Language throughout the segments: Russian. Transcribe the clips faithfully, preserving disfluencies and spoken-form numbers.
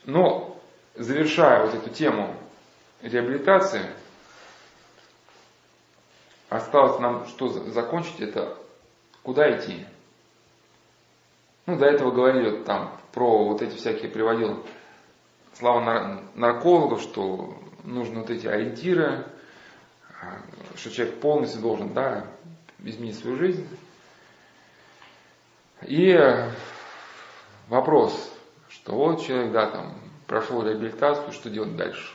Но, завершая вот эту тему реабилитации, осталось нам что закончить, это куда идти. Ну, до этого говорили вот там про вот эти всякие, приводил слова наркологов, что нужны вот эти ориентиры, что человек полностью должен, да, изменить свою жизнь. И вопрос, что вот человек, да, там, прошел реабилитацию, что делать дальше?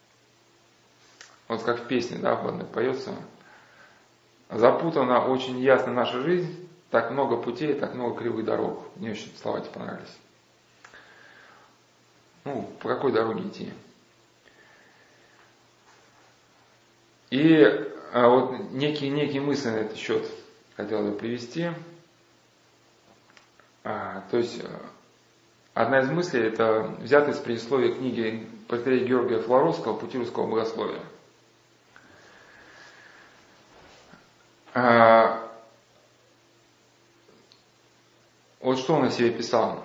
Вот как в песне, да, в одной поется. Запутана очень ясно наша жизнь, так много путей, так много кривых дорог. Мне очень слова эти понравились. Ну, по какой дороге идти? И а, вот некие, некие мысли на этот счет хотел бы привести. А, то есть, одна из мыслей, это взята из предисловия книги пастыря Георгия Флоровского «Пути русского богословия». А, вот что он о себе писал.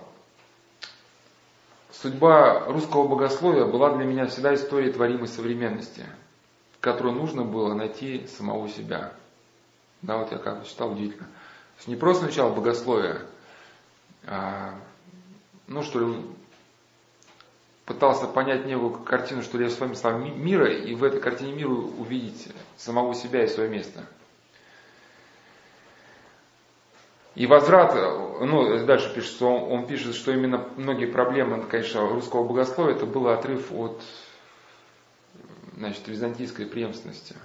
Судьба русского богословия была для меня всегда историей творимой современности, в которой нужно было найти самого себя. Да, вот я как бы читал, удивительно. То есть не просто начало богословия, а, ну что ли, пытался понять некую картину, что ли, своими словами мира, и в этой картине мира увидеть самого себя и свое место. И возврат, ну, дальше пишет, что он, он пишет, что именно многие проблемы, конечно, русского богословия, это был отрыв от, значит, византийской преемственности.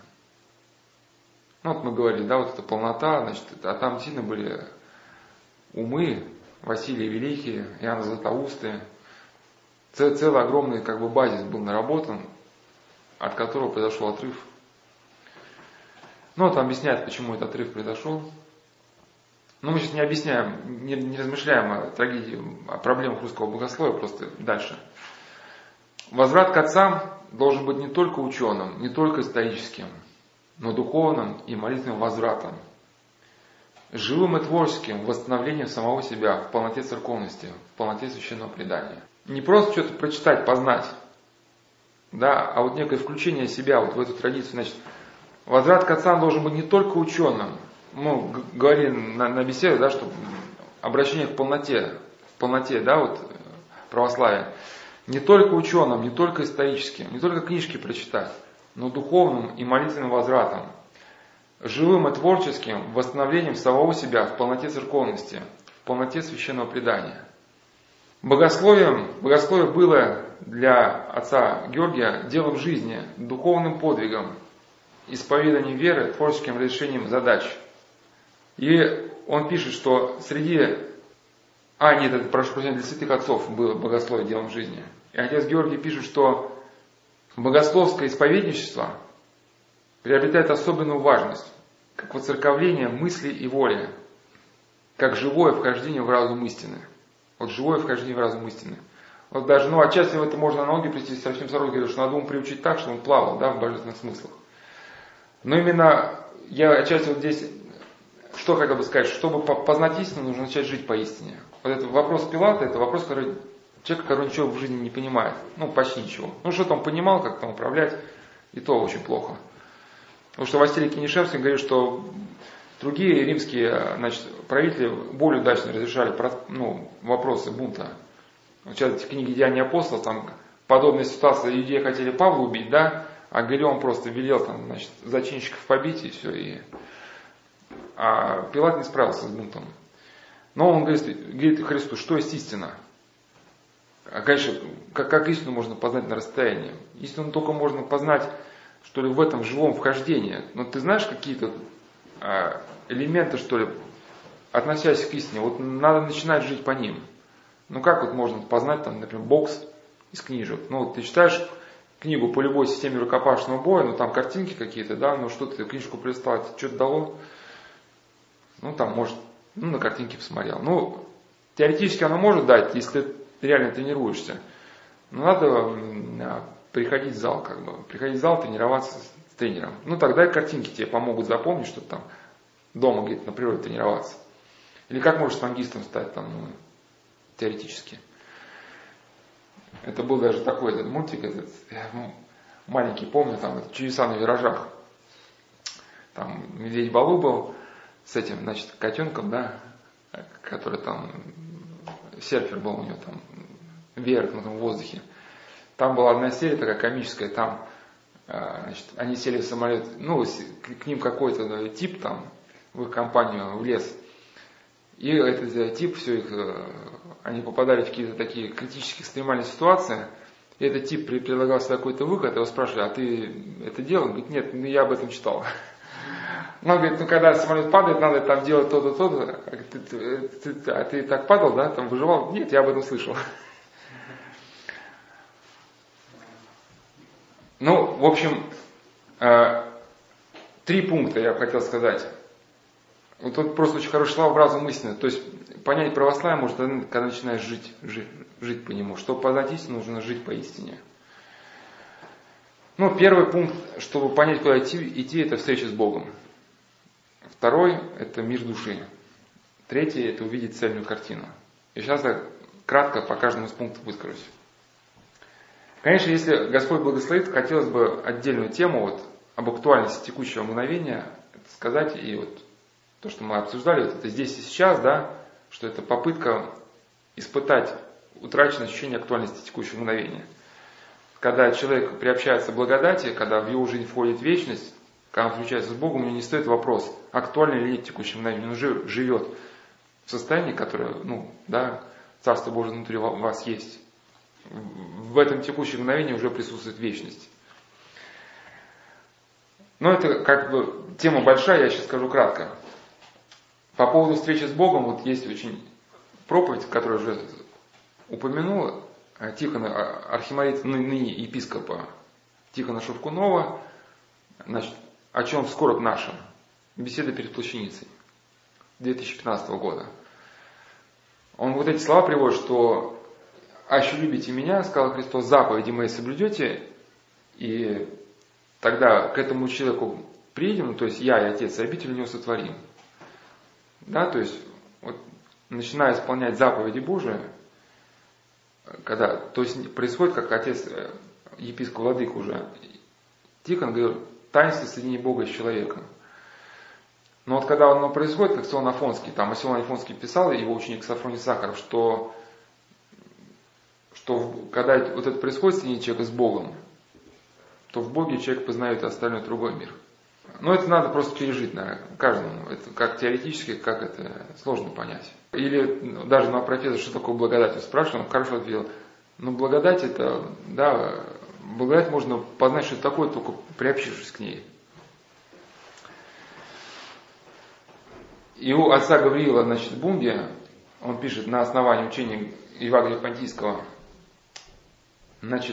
Ну, вот мы говорили, да, вот эта полнота, значит, а там сильно были умы, Василий Великий, Иоанн Златоустый. Цел, целый огромный, как бы, базис был наработан, от которого произошел отрыв. Ну, вот он объясняет, почему этот отрыв произошел. Но мы сейчас не объясняем, не, не размышляем о трагедии, о проблемах русского богословия, просто дальше. Возврат к отцам должен быть не только ученым, не только историческим, но духовным и молитвенным возвратом. Живым и творческим восстановлением самого себя в полноте церковности, в полноте священного предания. Не просто что-то прочитать, познать, да, а вот некое включение себя вот в эту традицию. Значит, возврат к отцам должен быть не только ученым. Мы говорили на, на беседе, да, что обращение к полноте, в полноте, да, вот православия. Не только ученым, не только историческим, не только книжки прочитать, но духовным и молитвенным возвратом. Живым и творческим восстановлением самого себя в полноте церковности, в полноте священного предания. Богословием, богословие было для отца Георгия делом жизни, духовным подвигом, исповеданием веры, творческим решением задач. И он пишет, что среди... А, нет, это, прошу прощения, для святых отцов было богословие делом жизни. И отец Георгий пишет, что богословское исповедничество приобретает особенную важность, как воцерковление мысли и воли, как живое вхождение в разум истины. Вот живое вхождение в разум истины. Вот даже, ну, отчасти в это можно аналогию привести, Серафим Саровский говорит, что надо ум приучить так, чтобы он плавал, да, в божественных смыслах. Но именно я отчасти вот здесь, что хотел бы сказать, чтобы познать истину, нужно начать жить по истине. Вот этот вопрос Пилата, это вопрос, который человек, который ничего в жизни не понимает, ну, почти ничего. Ну, что-то он понимал, как там управлять, и то очень плохо. Потому что Василий Кинишевский говорит, что другие римские, значит, правители более удачно разрешали, ну, вопросы бунта. Вот сейчас эти книги «Деяния апостолов», там подобная ситуация, иудеи хотели Павла убить, да, а Галион просто велел там, значит, зачинщиков побить и все. И... А Пилат не справился с бунтом. Но он говорит, говорит Христу, что есть истина? А, конечно, как, как истину можно познать на расстоянии? Истину только можно познать, что ли, в этом живом вхождении. Но ты знаешь какие-то а, элементы, что ли, относящиеся к истине? Вот надо начинать жить по ним. Ну как вот можно познать, там, например, бокс из книжек? Ну вот ты читаешь книгу по любой системе рукопашного боя, ну там картинки какие-то, да, ну что ты книжку пролистал, что-то дало? Ну там, может, ну на картинке посмотрел. Ну, теоретически оно может дать, если ты реально тренируешься. Но надо приходить в зал, как бы, приходить в зал, тренироваться с тренером. Ну тогда и картинки тебе помогут запомнить, чтобы там дома где-то на природе тренироваться. Или как можешь штангистом стать там, ну, теоретически. Это был даже такой этот мультик, этот, маленький, помню, там, это «Чудеса на виражах». Там медведь Балу был с этим, значит, котенком, да, который там, серфер был у него там, веер на том воздухе. Там была одна серия такая комическая, там, значит, они сели в самолет, ну, к ним какой-то тип там, в их компанию влез. И этот тип, все их, они попадали в какие-то такие критические, экстремальные ситуации. И этот тип предлагал себе какой-то выход, его спрашивали, а ты это делал? Он говорит, нет, ну я об этом читал. Он говорит, ну когда самолет падает, надо там делать то-то, то-то. А ты, ты, ты, а ты так падал, да, там выживал? Нет, я об этом слышал. Ну, в общем, три пункта я хотел сказать. Вот тут просто очень хорошая слова в разум истины. То есть понять православие может, когда начинаешь жить, жить, жить по нему. Чтобы познать истину, нужно жить по истине. Ну, первый пункт, чтобы понять, куда идти, идти, это встреча с Богом. Второй – это мир души. Третий – это увидеть цельную картину. И сейчас я кратко по каждому из пунктов выскажусь. Конечно, если Господь благословит, хотелось бы отдельную тему вот, об актуальности текущего мгновения сказать. И вот то, что мы обсуждали, вот это здесь и сейчас, да, что это попытка испытать утраченное ощущение актуальности текущего мгновения. Когда человек приобщается к благодати, когда в его жизнь входит вечность, когда он включается с Богом, у него не стоит вопрос, актуально ли нет текущее мгновение. Он уже живет в состоянии, которое, ну, да, Царство Божие внутри вас есть. В этом текущем мгновении уже присутствует вечность. Но это как бы тема большая, я сейчас скажу кратко. По поводу встречи с Богом, вот есть очень проповедь, которую уже упомянул, Тихона, архимандрита, ныне епископа Тихона Шевкунова, значит, о чем в скорбь нашим. Беседа перед плащаницей две тысячи пятнадцатого года. Он вот эти слова приводит, что «А еще любите меня, сказал Христос, заповеди мои соблюдете, и тогда к этому человеку приедем, ну, то есть я и Отец, и обитель у него сотворим». Да, то есть, вот, начиная исполнять заповеди Божии, когда, то есть происходит, как Отец, епископ Владыка уже, Тихон говорил, таинство соединения Бога с человеком. Но вот когда оно происходит, как Сион Афонский, там Сион Афонский писал, его ученик Сафроний Сахаров, что, что когда вот это происходит соединение человека с Богом, то в Боге человек познает остальной другой мир. Но это надо просто пережить, наверное, каждому. Это как теоретически, как это сложно понять. Или даже на профессора, что такое благодать, спрашиваю, он хорошо ответил. Ну, благодать это, да, благодать можно познать, что это такое, только приобщившись к ней. И у отца Гавриила, значит, Бунге, он пишет на основании учения Евагрия Понтийского, значит,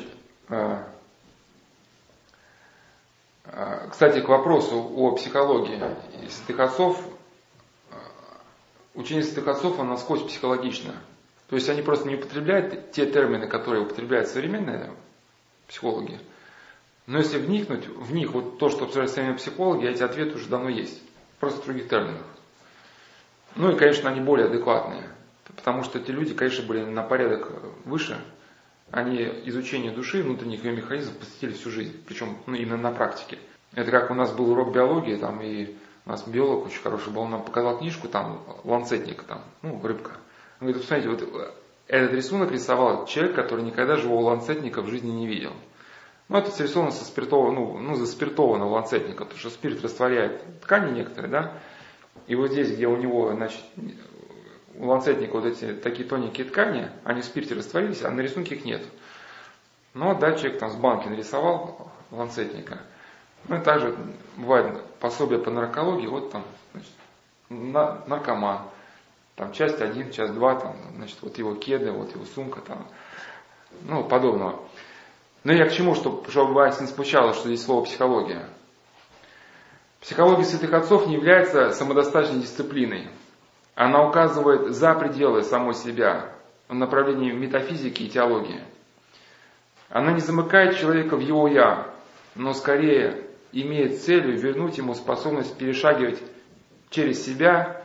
кстати, к вопросу о психологии святых отцов, учение святых отцов, оно насквозь психологично. То есть они просто не употребляют те термины, которые употребляют современные психологи. Но если вникнуть в них, вот то, что обсуждают современные психологи, эти ответы уже давно есть. Просто в других терминах. Ну и, конечно, они более адекватные. Потому что эти люди, конечно, были на порядок выше. Они изучение души, внутренних ее механизмов посвятили всю жизнь. Причем ну, именно на практике. Это как у нас был урок биологии, там, и у нас биолог очень хороший был, он нам показал книжку, там, ланцетника, там, ну, рыбка. Он говорит, посмотрите, вот этот рисунок рисовал человек, который никогда живого ланцетника в жизни не видел. Ну, это срисовано со спиртованного, ну, ну, заспиртованного ланцетника, потому что спирт растворяет ткани некоторые, да. И вот здесь, где у него, значит, у ланцетника вот эти такие тоненькие ткани, они в спирте растворились, а на рисунке их нет. Ну, да, человек там с банки нарисовал ланцетника. Ну, и также бывает пособие по наркологии, вот там, значит, наркоман. Там часть один, часть два, там, значит, вот его кеды, вот его сумка, там, ну, подобного. Но я к чему, чтобы, чтобы вас не смущало, что здесь слово психология. Психология святых отцов не является самодостаточной дисциплиной. Она указывает за пределы самой себя, в направлении метафизики и теологии. Она не замыкает человека в его «я», но скорее имеет целью вернуть ему способность перешагивать через себя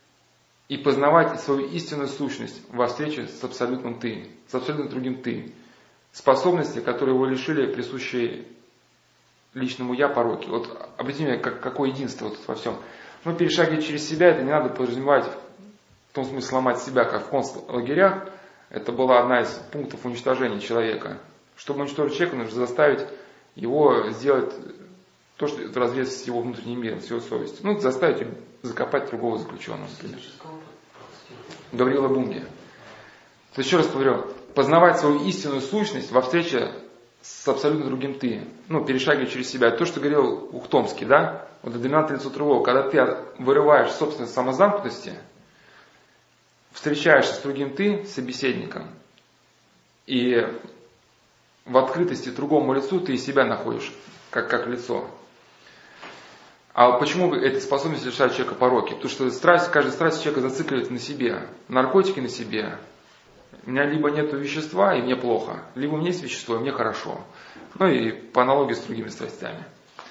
и познавать свою истинную сущность во встрече с абсолютным «ты», с абсолютно другим «ты». способности, которые его лишили присущей личному я пороки. Вот объясните, как, какое единство вот во всем. Ну, перешагивать через себя, это не надо подразумевать в том смысле сломать себя, как в концлагерях. Это была одна из пунктов уничтожения человека. Чтобы уничтожить человека, нужно заставить его сделать то, что в разрез с его внутренним миром, с его совестью. Ну, заставить закопать другого заключенного, например. Гавриила Бунги. То есть, еще раз говорю, познавать свою истинную сущность во встрече с абсолютно другим ты. Ну, перешагивать через себя. То, что говорил Ухтомский, да? Вот это доминантное лицо другого. Когда ты вырываешь собственной самозамкнутости, встречаешься с другим ты, с собеседником, и в открытости другому лицу ты и себя находишь, как, как лицо. А почему эта способность лишает человека пороки? Потому что страсть, каждая страсть человека зацикливает на себе. Наркотики на себе. У меня либо нет вещества, и мне плохо, либо у меня есть вещество, и мне хорошо. Ну и по аналогии с другими страстями.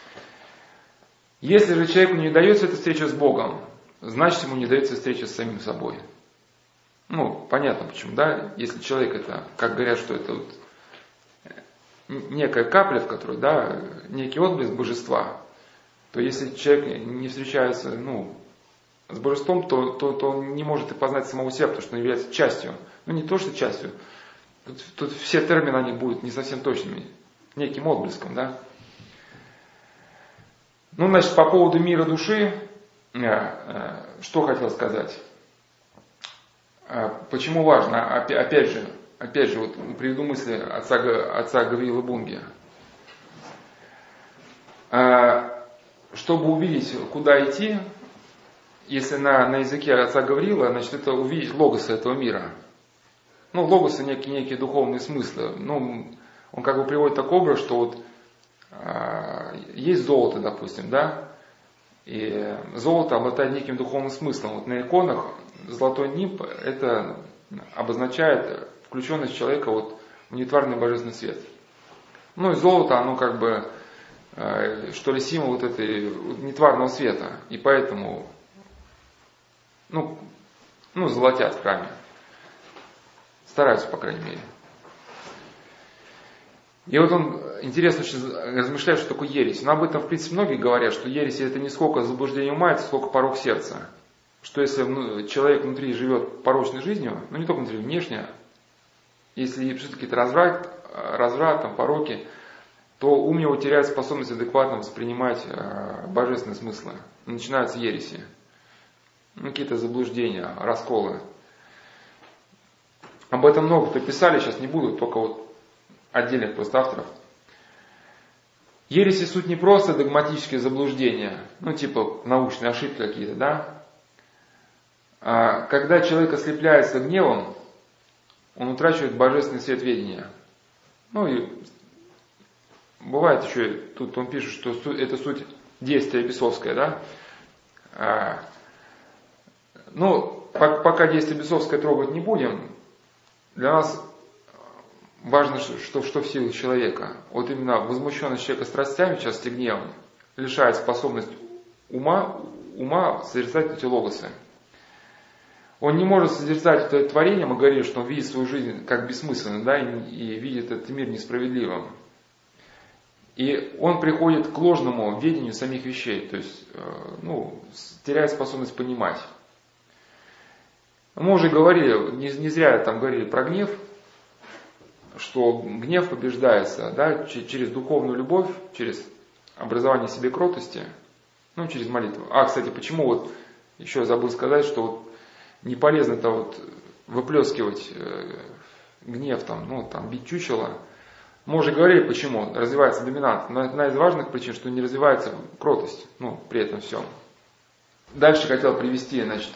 Если же человеку не дается эта встреча с Богом, значит ему не дается встреча с самим собой. Ну, понятно почему, да? Если человек это, как говорят, что это вот некая капля, в которой, да, некий отблеск божества, то если человек не встречается, ну, с божеством, то, то, то он не может и познать самого себя, потому что он является частью. Ну, не то, что частью. Тут, тут все термины, они будут не совсем точными. Неким отблеском, да. Ну, значит, по поводу мира души, что хотел сказать. Почему важно? Опять же, опять же, вот приведу мысли отца, отца Гавриила Бунги. Чтобы увидеть, куда идти, если на, на языке отца Гавриила, значит, это увидеть логосы этого мира. Ну, логосы некие, некие духовные смыслы. Ну, он как бы приводит такой образ, что вот а, есть золото, допустим, да, и золото обладает неким духовным смыслом. Вот на иконах золотой нимб это обозначает включенность человека вот в нетварный божественный свет. Ну и золото, оно как бы, что ли, символ вот этой нетварного света. И поэтому, ну, ну, золотят в храме. Стараются, по крайней мере. И вот он, интересно, размышляет, что такое ересь. Но об этом, в принципе, многие говорят, что ересь это не сколько заблуждение ума, это сколько порок сердца. Что если человек внутри живет порочной жизнью, ну не только внутри, внешне, если все-таки это разврат, разврат, там, пороки, то ум его теряет способность адекватно воспринимать э, божественные смыслы. Начинаются ереси. Ну, какие-то заблуждения, расколы. Об этом много кто писали, сейчас не буду, только вот отдельных просто авторов. Ереси суть не просто догматические заблуждения, ну типа научные ошибки какие-то, да. А когда человек ослепляется гневом, он утрачивает божественный свет ведения. Ну и бывает еще, тут он пишет, что это суть действия бесовское, да. А, ну, пока действие бесовское трогать не будем, для нас важно, что, что в силах человека. Вот именно возмущенность человека страстями, часто гневом, лишает способность ума, ума созерцать эти логосы. Он не может созерцать это творение, мы говорили, что он видит свою жизнь как бессмысленную, да, и, и видит этот мир несправедливым. И он приходит к ложному ведению самих вещей, то есть, ну, теряет способность понимать. Мы уже говорили, не, не зря там говорили про гнев, что гнев побеждается, да, через духовную любовь, через образование себе кротости, ну, через молитву. А, кстати, почему вот, еще забыл сказать, что вот не полезно-то вот выплескивать э, гнев, там, ну, там, бить чучело. Мы уже говорили, почему развивается доминант. Но одна из важных причин, что не развивается кротость, ну, при этом всем. Дальше хотел привести, значит,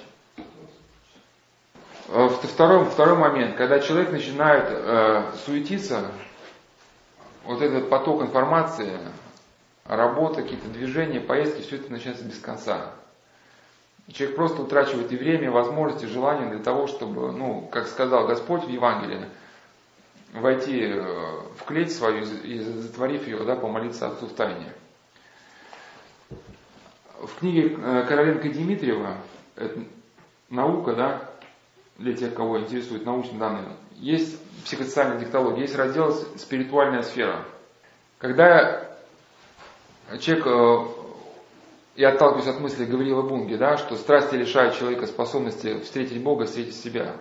второй, второй момент, когда человек начинает э, суетиться, вот этот поток информации, работа, какие-то движения, поездки, все это начинается без конца. Человек просто утрачивает и время, и возможности, и желание для того, чтобы, ну, как сказал Господь в Евангелии, войти в клеть свою и, затворив ее, да, помолиться Отцу в тайне. В книге Короленко и Дмитриева, это наука, да, для тех, кого интересуют научные данные, есть психосоциальная диктология, есть раздел «Спиритуальная сфера». Когда человек, я отталкиваюсь от мысли Гавриила Бунги, да, что страсти лишают человека способности встретить Бога, встретить себя.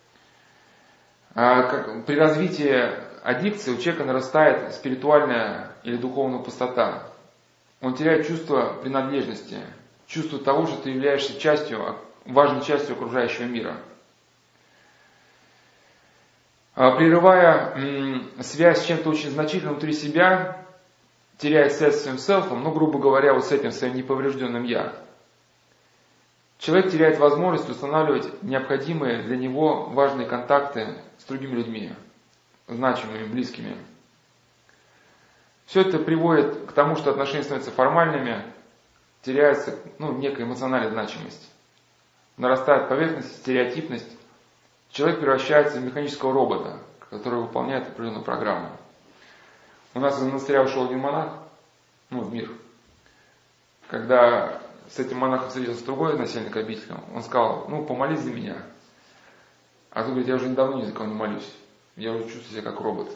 А как, при развитии аддикции у человека нарастает спиритуальная или духовная пустота. Он теряет чувство принадлежности, чувство того, что ты являешься частью, важной частью окружающего мира. Прерывая м, связь с чем-то очень значительным внутри себя, теряет связь с своим селфом, ну, грубо говоря, вот с этим своим неповрежденным «я», человек теряет возможность устанавливать необходимые для него важные контакты с другими людьми, значимыми, близкими. Все это приводит к тому, что отношения становятся формальными, теряется, ну, некая эмоциональная значимость. Нарастает поверхность, стереотипность. Человек превращается в механического робота, который выполняет определенную программу. У нас из монастыря ушел один монах, ну, в мир. Когда с этим монахом встретился другой насельник обители, он сказал: ну, помолись за меня. А тот говорит: я уже давно ни за кого не молюсь. Я уже чувствую себя как робот.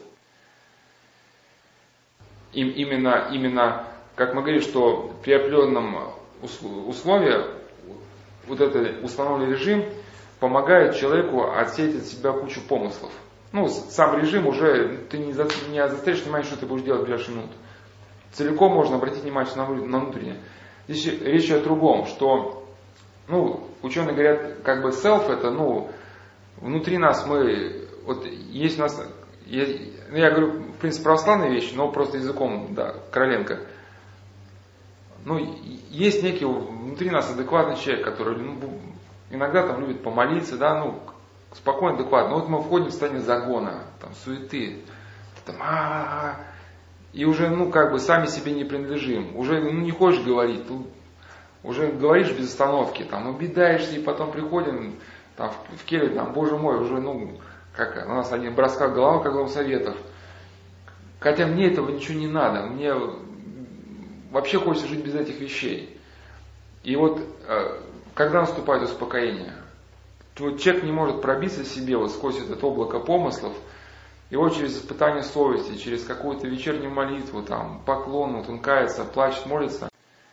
И именно, именно, как мы говорим, что при определенном условии вот этот установленный режим помогает человеку отсеять от себя кучу помыслов. Ну, сам режим уже, ты не, за, не заостряешь внимание, что ты будешь делать в ближайшие минуты. Целиком можно обратить внимание на, на внутреннее. Здесь речь идет о другом, что, ну, ученые говорят, как бы self это, ну, внутри нас мы, вот есть у нас, я, я говорю, в принципе, православные вещи, но просто языком, да, Короленко. Ну, есть некий внутри нас адекватный человек, который, ну, иногда там любит помолиться, да, ну, спокойно, адекватно. Вот мы входим в состояние загона, там, суеты, там, а-а-а, и уже, ну, как бы сами себе не принадлежим. Уже, ну, не хочешь говорить, тут уже говоришь без остановки, там, убедаешься, и потом приходим, там, в келью, там, боже мой, уже, ну, как у нас один броска голова, как вам советов. Хотя мне этого ничего не надо, мне вообще хочется жить без этих вещей. И вот, когда наступает успокоение, то человек не может пробиться себе вот сквозь это облако помыслов, его через испытание совести, через какую-то вечернюю молитву, там, поклон, вот он кается, плачет, молится.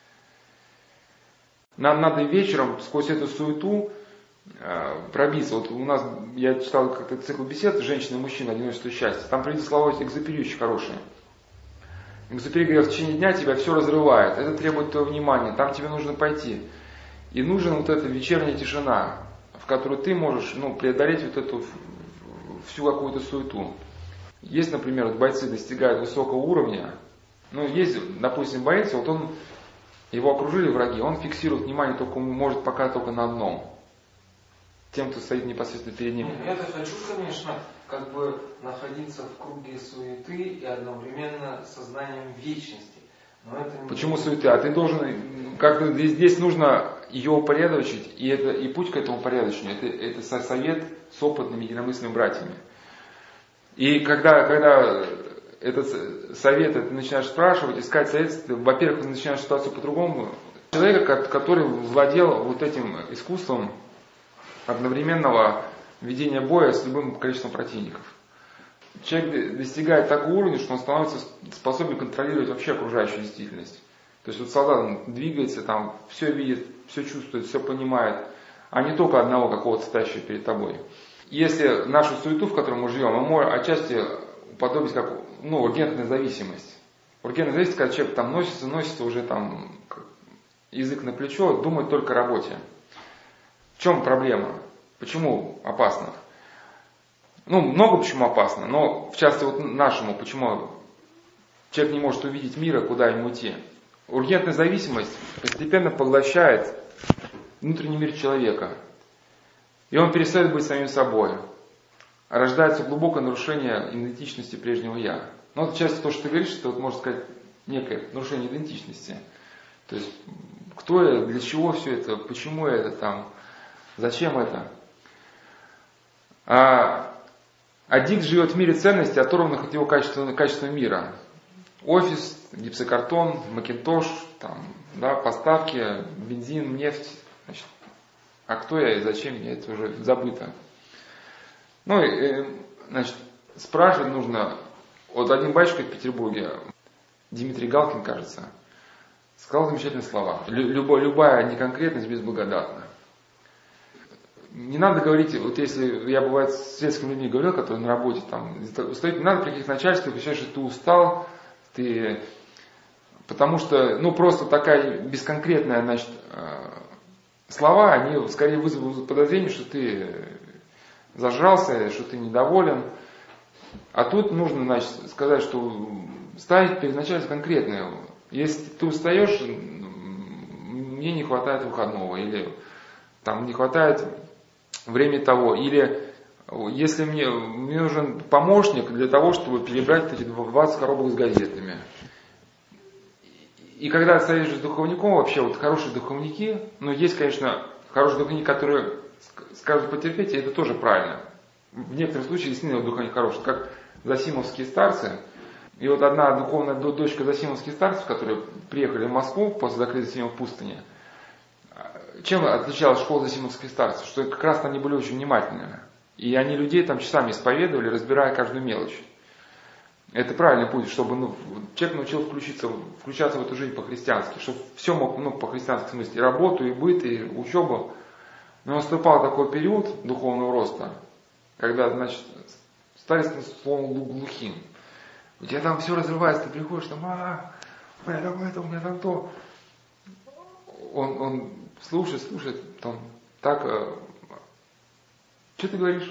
Нам надо вечером сквозь эту суету э, пробиться. Вот у нас, я читал как-то цикл бесед «Женщина и мужчина. Одиночество и счастье». Там привели слова Экзюпери очень хорошие. Экзюпери говорит: в течение дня тебя все разрывает, это требует твоего внимания, там тебе нужно пойти. И нужна вот эта вечерняя тишина, в которой ты можешь, ну, преодолеть вот эту всю какую-то суету. Есть, например, вот бойцы достигают высокого уровня, ну, есть, допустим, боец, вот он, его окружили враги, он фиксирует внимание только, может пока только на одном. Тем, кто стоит непосредственно перед ним. Я-то хочу, конечно, как бы находиться в круге суеты и одновременно сознанием вечности. Но это не... Почему суета? А ты должен, как бы здесь, здесь нужно ее упорядочить, и, это, и путь к этому упорядочению, это, это совет с опытными единомысленными братьями. И когда, когда этот совет ты начинаешь спрашивать, искать совет, во-первых, ты начинаешь ситуацию по-другому. Человека, который владел вот этим искусством одновременного ведения боя с любым количеством противников. Человек достигает такого уровня, что он становится способен контролировать вообще окружающую действительность. То есть вот солдат двигается, там, все видит, все чувствует, все понимает, а не только одного какого-то стоящего перед тобой. Если нашу суету, в которой мы живем, мы можем отчасти уподобить как, ну, ургентная зависимость. Ургентная зависимость, когда человек там носится, носится уже там язык на плечо, думает только о работе. В чем проблема? Почему опасно? Ну, много почему опасно, но в частности вот нашему, почему человек не может увидеть мира, куда ему идти. Ургентная зависимость постепенно поглощает внутренний мир человека. И он перестает быть самим собой. Рождается глубокое нарушение идентичности прежнего «я». Ну, вот часто то, что ты говоришь, это, вот, можно сказать, некое нарушение идентичности. То есть, кто я, для чего все это, почему это там, зачем это. А аддикт живет в мире ценностей, оторванных от его качественного, качественного мира. Офис, гипсокартон, макинтош, там, да, поставки, бензин, нефть. Значит, а кто я и зачем мне, это уже забыто. Ну, и, значит, спрашивать нужно, вот один батюшка в Петербурге, Дмитрий Галкин, кажется, сказал замечательные слова. Любая, любая неконкретность безблагодатна. Не надо говорить, вот если я бывает с светскими людьми говорил, которые на работе там стоит, не надо при каких начальствах кричать, что ты устал, ты... Потому что, ну, просто такая бесконкретная, значит, слова, они скорее вызовут подозрение, что ты зажрался, что ты недоволен. А тут нужно, значит, сказать, что ставить перед начальством конкретное. Если ты устаешь, мне не хватает выходного, или там не хватает времени того, или если мне, мне нужен помощник для того, чтобы перебрать эти двадцать коробок с газетами. И когда стоишь с духовником, вообще вот хорошие духовники, ну есть, конечно, хорошие духовники, которые скажут потерпеть, и это тоже правильно. В некоторых случаях действительно духовник хороший, как засимовские старцы. И вот одна духовная дочка засимовских старцев, которые приехали в Москву после закрытия Засимов пустыни, чем отличалась школа засимовских старцев? Что как раз они были очень внимательны. И они людей там часами исповедовали, разбирая каждую мелочь. Это правильный путь, чтобы ну, человек научился включиться, включаться в эту жизнь по-христиански, чтобы все мог ну, по-христиански смысле, и работу, и быт, и учебу. Но наступал такой период духовного роста, когда, значит, стали словом глухим. У тебя там все разрывается, ты приходишь, там, а, у меня там это, у меня там то. Он, он слушает, слушает, там, так, а, что ты говоришь?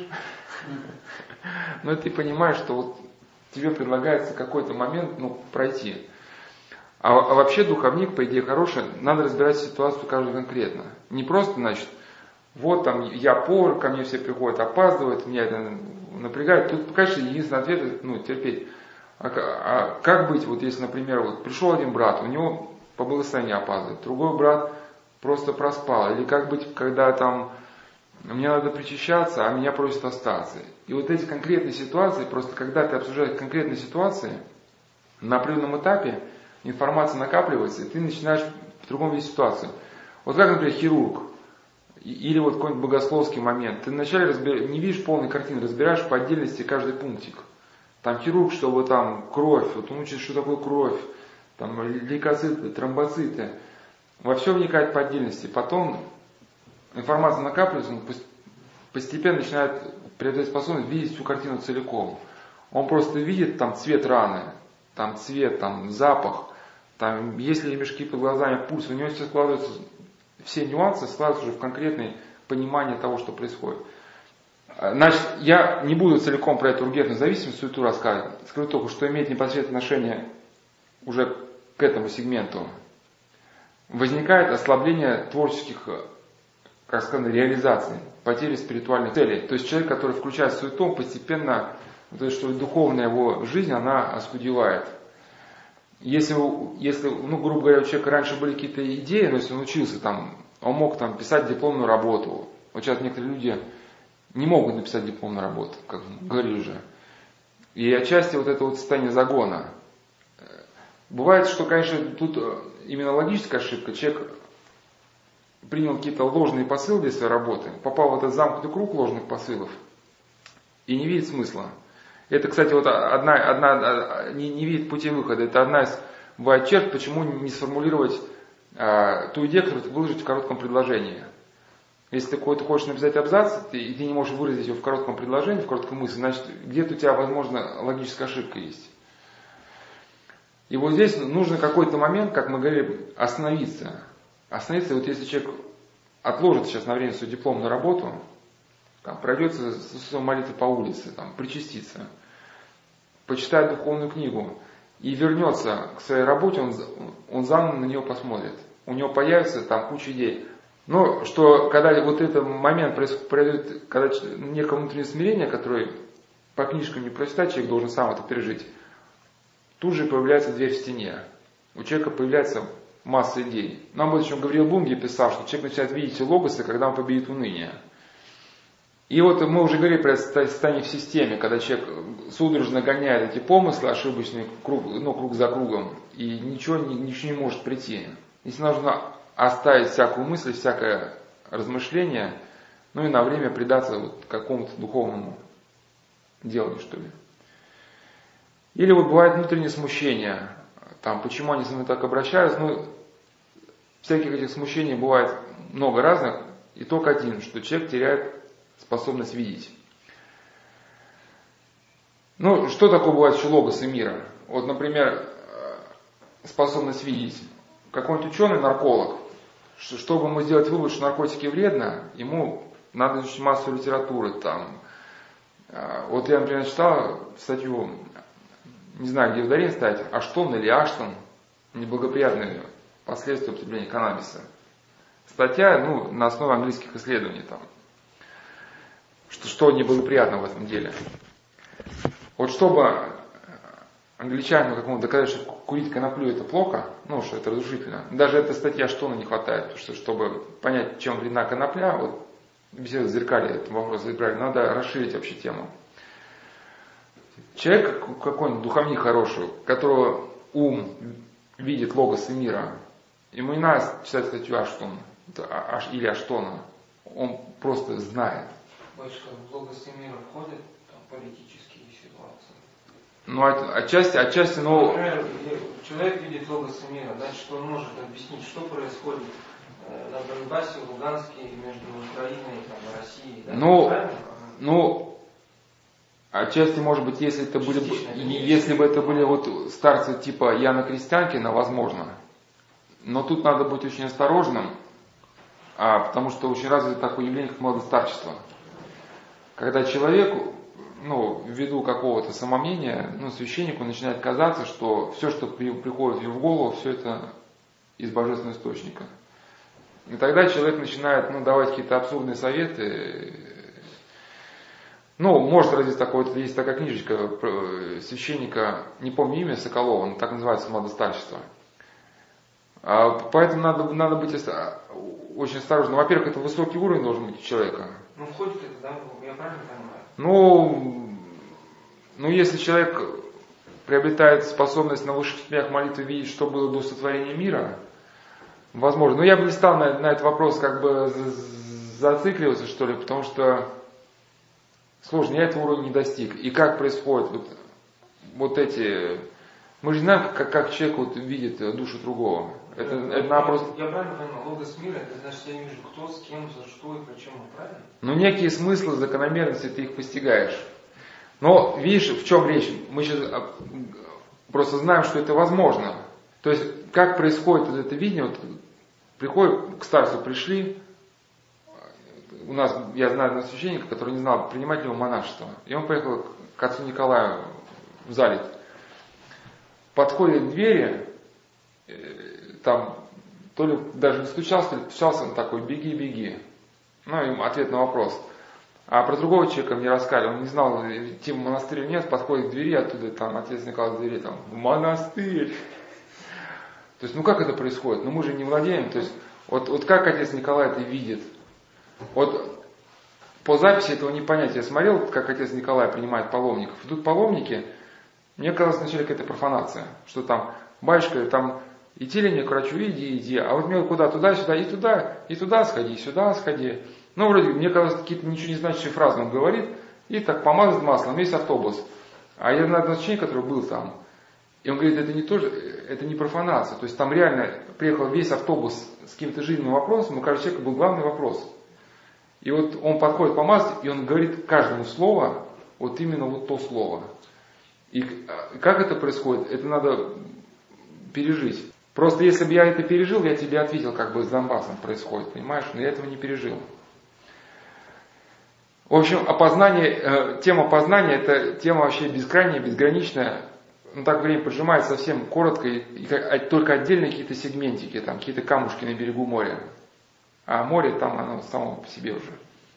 Но ты понимаешь, что вот тебе предлагается какой-то момент, ну, пройти. А, а вообще духовник, по идее, хороший, надо разбирать ситуацию каждую конкретно. Не просто, значит, вот там я повар, ко мне все приходят, опаздывают, меня это напрягает. Тут, конечно, единственный ответ, ну, терпеть. А, а как быть, вот если, например, вот пришел один брат, у него по благословению опаздывает, другой брат просто проспал. Или как быть, когда там мне надо причащаться, а меня просят остаться. И вот эти конкретные ситуации, просто когда ты обсуждаешь конкретные ситуации, на определенном этапе информация накапливается, и ты начинаешь в другом видеть ситуацию. Вот как, например, хирург, или вот какой-нибудь богословский момент. Ты вначале разбир... не видишь полной картины, разбираешь по отдельности каждый пунктик. Там хирург, чтобы там кровь, вот он учит, что такое кровь, там лейкоциты, тромбоциты. Во все вникает по отдельности. Потом информация накапливается, он постепенно начинает приобретать способность видеть всю картину целиком. Он просто видит там цвет раны, там цвет, там запах, там есть ли мешки под глазами, пульс. У него все складываются, все нюансы складываются уже в конкретное понимание того, что происходит. Значит, я не буду целиком про эту ургентную зависимость, суету рассказывать. Скажу только, что имеет непосредственное отношение уже к этому сегменту. Возникает ослабление творческих, как сказано, реализаций, потери спиритуальных целей. То есть человек, который включает суету, постепенно, то есть, что духовная его жизнь, она оскудевает. Если, если, ну, грубо говоря, у человека раньше были какие-то идеи, но если он учился там, он мог там писать дипломную работу. Вот сейчас некоторые люди не могут написать дипломную работу, как говорили уже. И отчасти вот это вот состояние загона. Бывает, что, конечно, тут именно логическая ошибка. Человек принял какие-то ложные посылы для своей работы, попал в этот замкнутый круг ложных посылов и не видит смысла. Это, кстати, вот одна, одна не, не видит пути выхода. Это одна из бывает черт, почему не сформулировать а, ту идею, которую ты выложить в коротком предложении. Если ты какой-то хочешь написать абзац, ты, и ты не можешь выразить его в коротком предложении, в короткой мысли, значит, где-то у тебя, возможно, логическая ошибка есть. И вот здесь нужно какой-то момент, как мы говорили, остановиться. Остановиться, вот если человек отложит сейчас на время свою дипломную работу, там, пройдется со своей молитвой по улице, там, причастится, почитает духовную книгу и вернется к своей работе, он, он заново на нее посмотрит. У него появится там куча идей. Но что когда вот этот момент происходит, когда некое внутреннее смирение, которое по книжкам не прочитать, человек должен сам это пережить, тут же появляется дверь в стене. У человека появляется масса идей. Нам вот еще Гавриил Бунги писал, что человек начинает видеть логосы, когда он победит уныние. И вот мы уже говорили про состояние в системе, когда человек судорожно гоняет эти помыслы ошибочные круг, ну, круг за кругом, и ничего, ничего не может прийти. Здесь нужно оставить всякую мысль, всякое размышление, ну и на время предаться вот какому-то духовному делании, что ли. Или вот бывает внутреннее смущение, там, почему они со мной так обращаются, ну, всяких этих смущений бывает много разных, и только один, что человек теряет способность видеть. Ну, что такое бывает еще логосы мира? Вот, например, способность видеть. Какой-нибудь ученый, нарколог, чтобы ему сделать вывод, что наркотики вредно, ему надо изучить массу литературы. Там. Вот я, например, читал статью, не знаю, где ударение ставить, Аштон или Аштон, неблагоприятные последствия употребления каннабиса. Статья, ну, на основе английских исследований там. Что, что неблагоприятно в этом деле. Вот чтобы англичанину какому-то доказать, что курить коноплю это плохо, ну, что это разрушительно, даже этой статьи Аштона не хватает, потому что, чтобы понять, чем вредна конопля, вот беседа зеркали этот вопрос забрали, надо расширить вообще тему. Человек какой-нибудь духовник хороший, у которого ум видит логосы мира, ему не надо читать статью Аштона или Аштона, он просто знает. Батюшка, в логосы мира входят там политические ситуации? Ну, отчасти, отчасти, но... Например, человек видит логосы мира, значит, он может объяснить, что происходит на Донбассе, в Луганске, между Украиной и Россией. Да? Ну, ну, отчасти, может быть, если это были, если бы это были вот старцы типа Яна Крестьянкина, возможно. Но тут надо быть очень осторожным, а, потому что очень развито такое явление, как младостарчество. Когда человеку, ну, ввиду какого-то самомнения, ну, священнику начинает казаться, что все, что при, приходит ему в голову, все это из божественного источника. И тогда человек начинает, ну, давать какие-то абсурдные советы. Ну, может родиться такое, вот есть такая книжечка священника, не помню имя, Соколова, он так называется, «Младостарчество». Поэтому надо, надо быть очень осторожным. Во-первых, это высокий уровень должен быть у человека. Ну, входит это, да, я правильно понимаю? Ну, ну, если человек приобретает способность на высших ступенях молитвы видеть, что было до сотворения мира, возможно. Но я бы не стал на, на этот вопрос как бы зацикливаться, что ли, потому что сложно, я этого уровня не достиг. И как происходит вот, вот эти... Мы же знаем, как, как человек вот видит душу другого. Это, я, это надо просто... Я правильно понимаю, логос мира, это значит, я не вижу, кто, с кем, за что и почему, правильно? Ну, некие смыслы, закономерности ты их постигаешь. Но видишь, в чем речь? Мы сейчас просто знаем, что это возможно. То есть, как происходит вот это видение, вот, приходит, к старцу пришли, у нас, я знаю одного священника, который не знал, принимать ли его монашество. И он поехал к отцу Николаю в Залить. Подходит к двери, там, то ли даже не стучался, то ли стучался, он такой, беги, беги. Ну, им ответ на вопрос. А про другого человека мне рассказали, он не знал, идти в монастырь или нет, подходит к двери, оттуда там отец Николай с двери, там, в монастырь. То есть, ну как это происходит? Ну мы же не владеем, то есть, вот, вот как отец Николай это видит? Вот по записи этого не понять. Я смотрел, как отец Николай принимает паломников. Идут паломники, мне казалось вначале какая-то профанация, что там, батюшка, там, идти ли мне к врачу, иди, иди, а вот мне куда, туда-сюда, и туда, и туда сходи, и сюда сходи. Ну, вроде, мне казалось, какие-то ничего не значащие фразы он говорит, и так помазать маслом, весь автобус. А я знаю одного человека, который был там, и он говорит, это не то же, это не профанация. То есть там реально приехал весь автобус с каким-то жизненным вопросом, у каждого человека был главный вопрос. И вот он подходит помазать, и он говорит каждому слово, вот именно вот то слово. И как это происходит, это надо пережить. Просто если бы я это пережил, я тебе ответил, как бы с Донбассом происходит, понимаешь? Но я этого не пережил. В общем, опознание, э, тема познания, это тема вообще бескрайняя, безграничная. Ну так время поджимает совсем коротко, и, и только отдельные какие-то сегментики, там, какие-то камушки на берегу моря. А море там оно само по себе уже.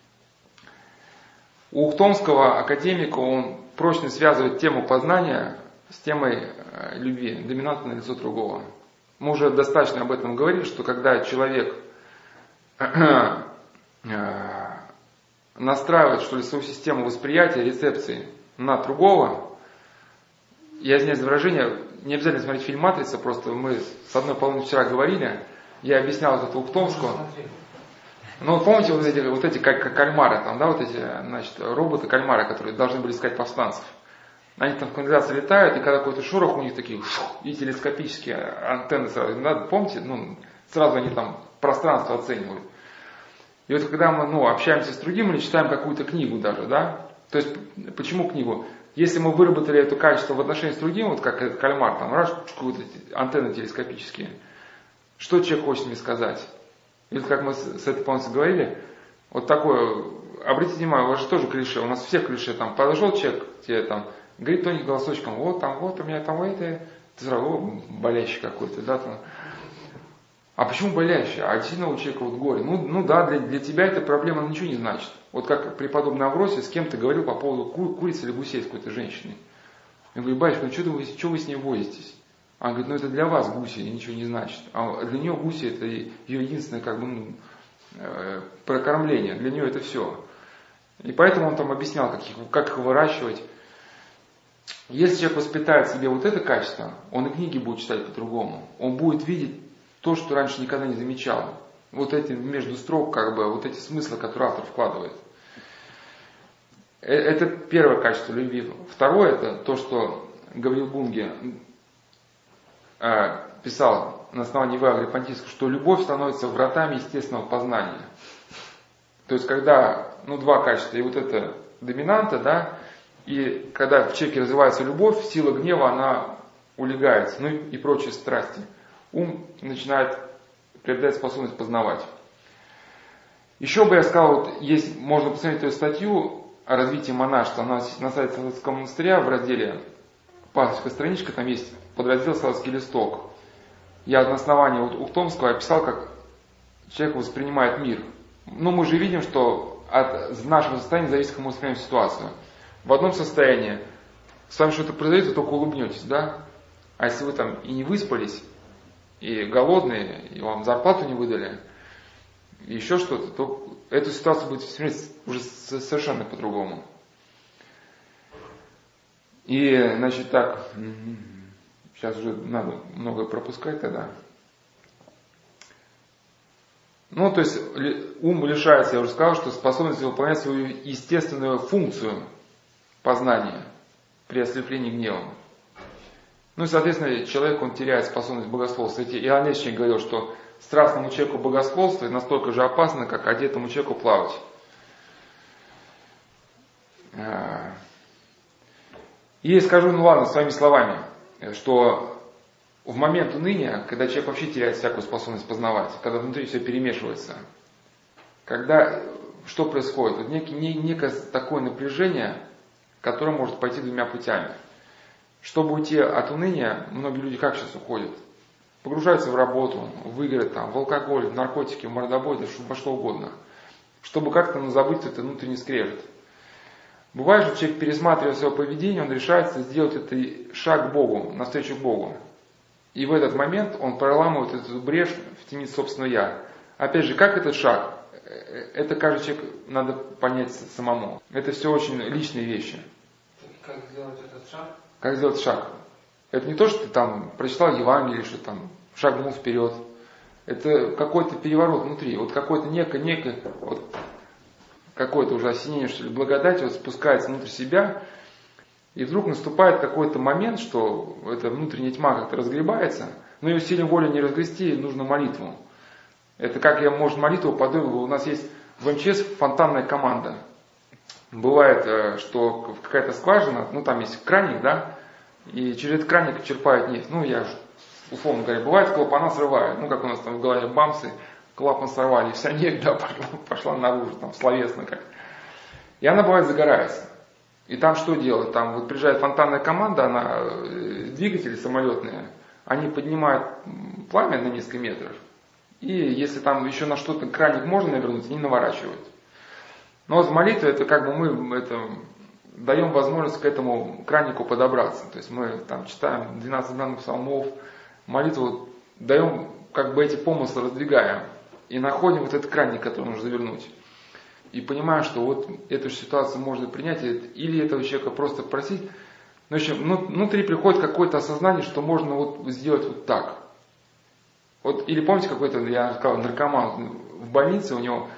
У Ухтомского академика он прочно связывает тему познания с темой э, любви, доминантное лицо другого. Мы уже достаточно об этом говорили, что когда человек э, э, настраивает, что ли, свою систему восприятия, рецепции на другого, я извиняюсь за выражение, не обязательно смотреть фильм «Матрица», просто мы с одной половиной вчера говорили, я объяснял это Ухтомскому. Ну, помните вот эти, вот эти как кальмары, там, да, вот эти, значит, роботы-кальмары, которые должны были искать повстанцев. Они там в канализации летают, и когда какой-то шорох у них такие, шух, и телескопические антенны сразу, надо, помните, ну, сразу они там пространство оценивают. И вот когда мы, ну, общаемся с другим или читаем какую-то книгу даже, да, то есть, почему книгу? Если мы выработали это качество в отношении с другим, вот как этот кальмар, там, раз, вот эти антенны телескопические, что человек хочет мне сказать? Или как мы с, с этой полностью говорили, вот такое, обратите внимание, у вас же тоже клише, у нас все клише, там, подошел человек, тебе там, говорит тоненьким голосочком, вот там, вот у меня там это, ты сразу, о, болящий какой-то, да, там. А почему болящий? А действительно у человека вот горе. Ну, ну да, для, для тебя эта проблема ничего не значит. Вот как преподобный Авросий с кем-то говорил по поводу ку, курицы или гусей с какой-то женщиной. Он говорит, батюшка, ну что вы, что вы с ней возитесь? А он говорит, ну это для вас гуси ничего не значит. А для нее гуси это ее единственное как бы, ну, э, прокормление. Для нее это все. И поэтому он там объяснял, как их, как их выращивать. Если человек воспитает в себе вот это качество, он и книги будет читать по-другому. Он будет видеть то, что раньше никогда не замечал. Вот эти между строк, как бы, вот эти смыслы, которые автор вкладывает. Это первое качество любви. Второе, это то, что Гавриил Бунге э, писал на основании Евангелия Понтийского, что любовь становится вратами естественного познания. То есть, когда, ну, два качества, и вот это доминанта, да, и когда в человеке развивается любовь, сила гнева, она улегается, ну и, и прочие страсти. Ум начинает приобретать способность познавать. Еще бы я сказал, вот есть, можно посмотреть эту статью о развитии монашества на, на сайте Соловецкого монастыря в разделе «Пасторская страничка», там есть подраздел «Соловецкий листок». Я на основании вот Ухтомского описал, как человек воспринимает мир. Ну, мы же видим, что от нашего состояния зависит, как мы воспринимаем ситуацию. В одном состоянии с вами что-то произойдет, вы только улыбнетесь, да? А если вы там и не выспались, и голодные, и вам зарплату не выдали, и еще что-то, то эту ситуацию будет воспринимать уже совершенно по-другому. И, значит, так, сейчас уже надо многое пропускать тогда. Ну, то есть, ум лишается, я уже сказал, что способность выполнять свою естественную функцию познания при ослеплении гневом. Ну и, соответственно, человек, он теряет способность богословствовать. Иоанн Лещиник говорил, что страстному человеку богословствовать настолько же опасно, как одетому человеку плавать. И скажу, ну ладно, своими словами, что в момент уныния, когда человек вообще теряет всякую способность познавать, когда внутри все перемешивается, когда что происходит? Вот некий, некое такое напряжение, которое может пойти двумя путями. Чтобы уйти от уныния, многие люди как сейчас уходят? Погружаются в работу, в игры, там, в алкоголь, в наркотики, в мордобой, да во что угодно. Чтобы как-то ну, забыть этот внутренний скрежет. Бывает, что человек, пересматривая свое поведение, он решается сделать этот шаг к Богу, навстречу Богу. И в этот момент он проламывает эту брешь в темницу собственного «я». Опять же, как этот шаг? Это каждый человек надо понять самому. Это все очень личные вещи. Как сделать этот шаг? Как сделать шаг? Это не то, что ты там прочитал Евангелие, что там шагнул вперед. Это какой-то переворот внутри. Вот какое-то некое, некое, вот какое-то уже осенение, что ли, благодать вот спускается внутрь себя. И вдруг наступает какой-то момент, что эта внутренняя тьма как-то разгребается, но ее силой воли не разгрести, нужно молитву. Это как я, может, молитву подумал, у нас есть в эм че эс фонтанная команда. Бывает, что какая-то скважина, ну там есть краник, да, и через этот краник черпают нефть. Ну, я условно говоря, бывает, клапана срывают. Ну, как у нас там в голове бамсы, клапан сорвали, и вся нефть, да, пошла, пошла наружу, там, словесно как. И она, бывает, загорается. И там что делать? Там вот приезжает фонтанная команда, она, двигатели самолетные, они поднимают пламя на несколько метров. И если там еще на что-то краник можно навернуть, они наворачивают. Но вот в молитве это как бы мы это, даем возможность к этому кранику подобраться. То есть мы там читаем двенадцать данных псалмов, молитву даем, как бы эти помыслы раздвигаем. И находим вот этот краник, который нужно завернуть. И понимаем, что вот эту ситуацию можно принять, или этого человека просто просить. Но еще внутри приходит какое-то осознание, что можно вот сделать вот так. Вот, или помните какой-то, я сказал, наркоман в больнице, у него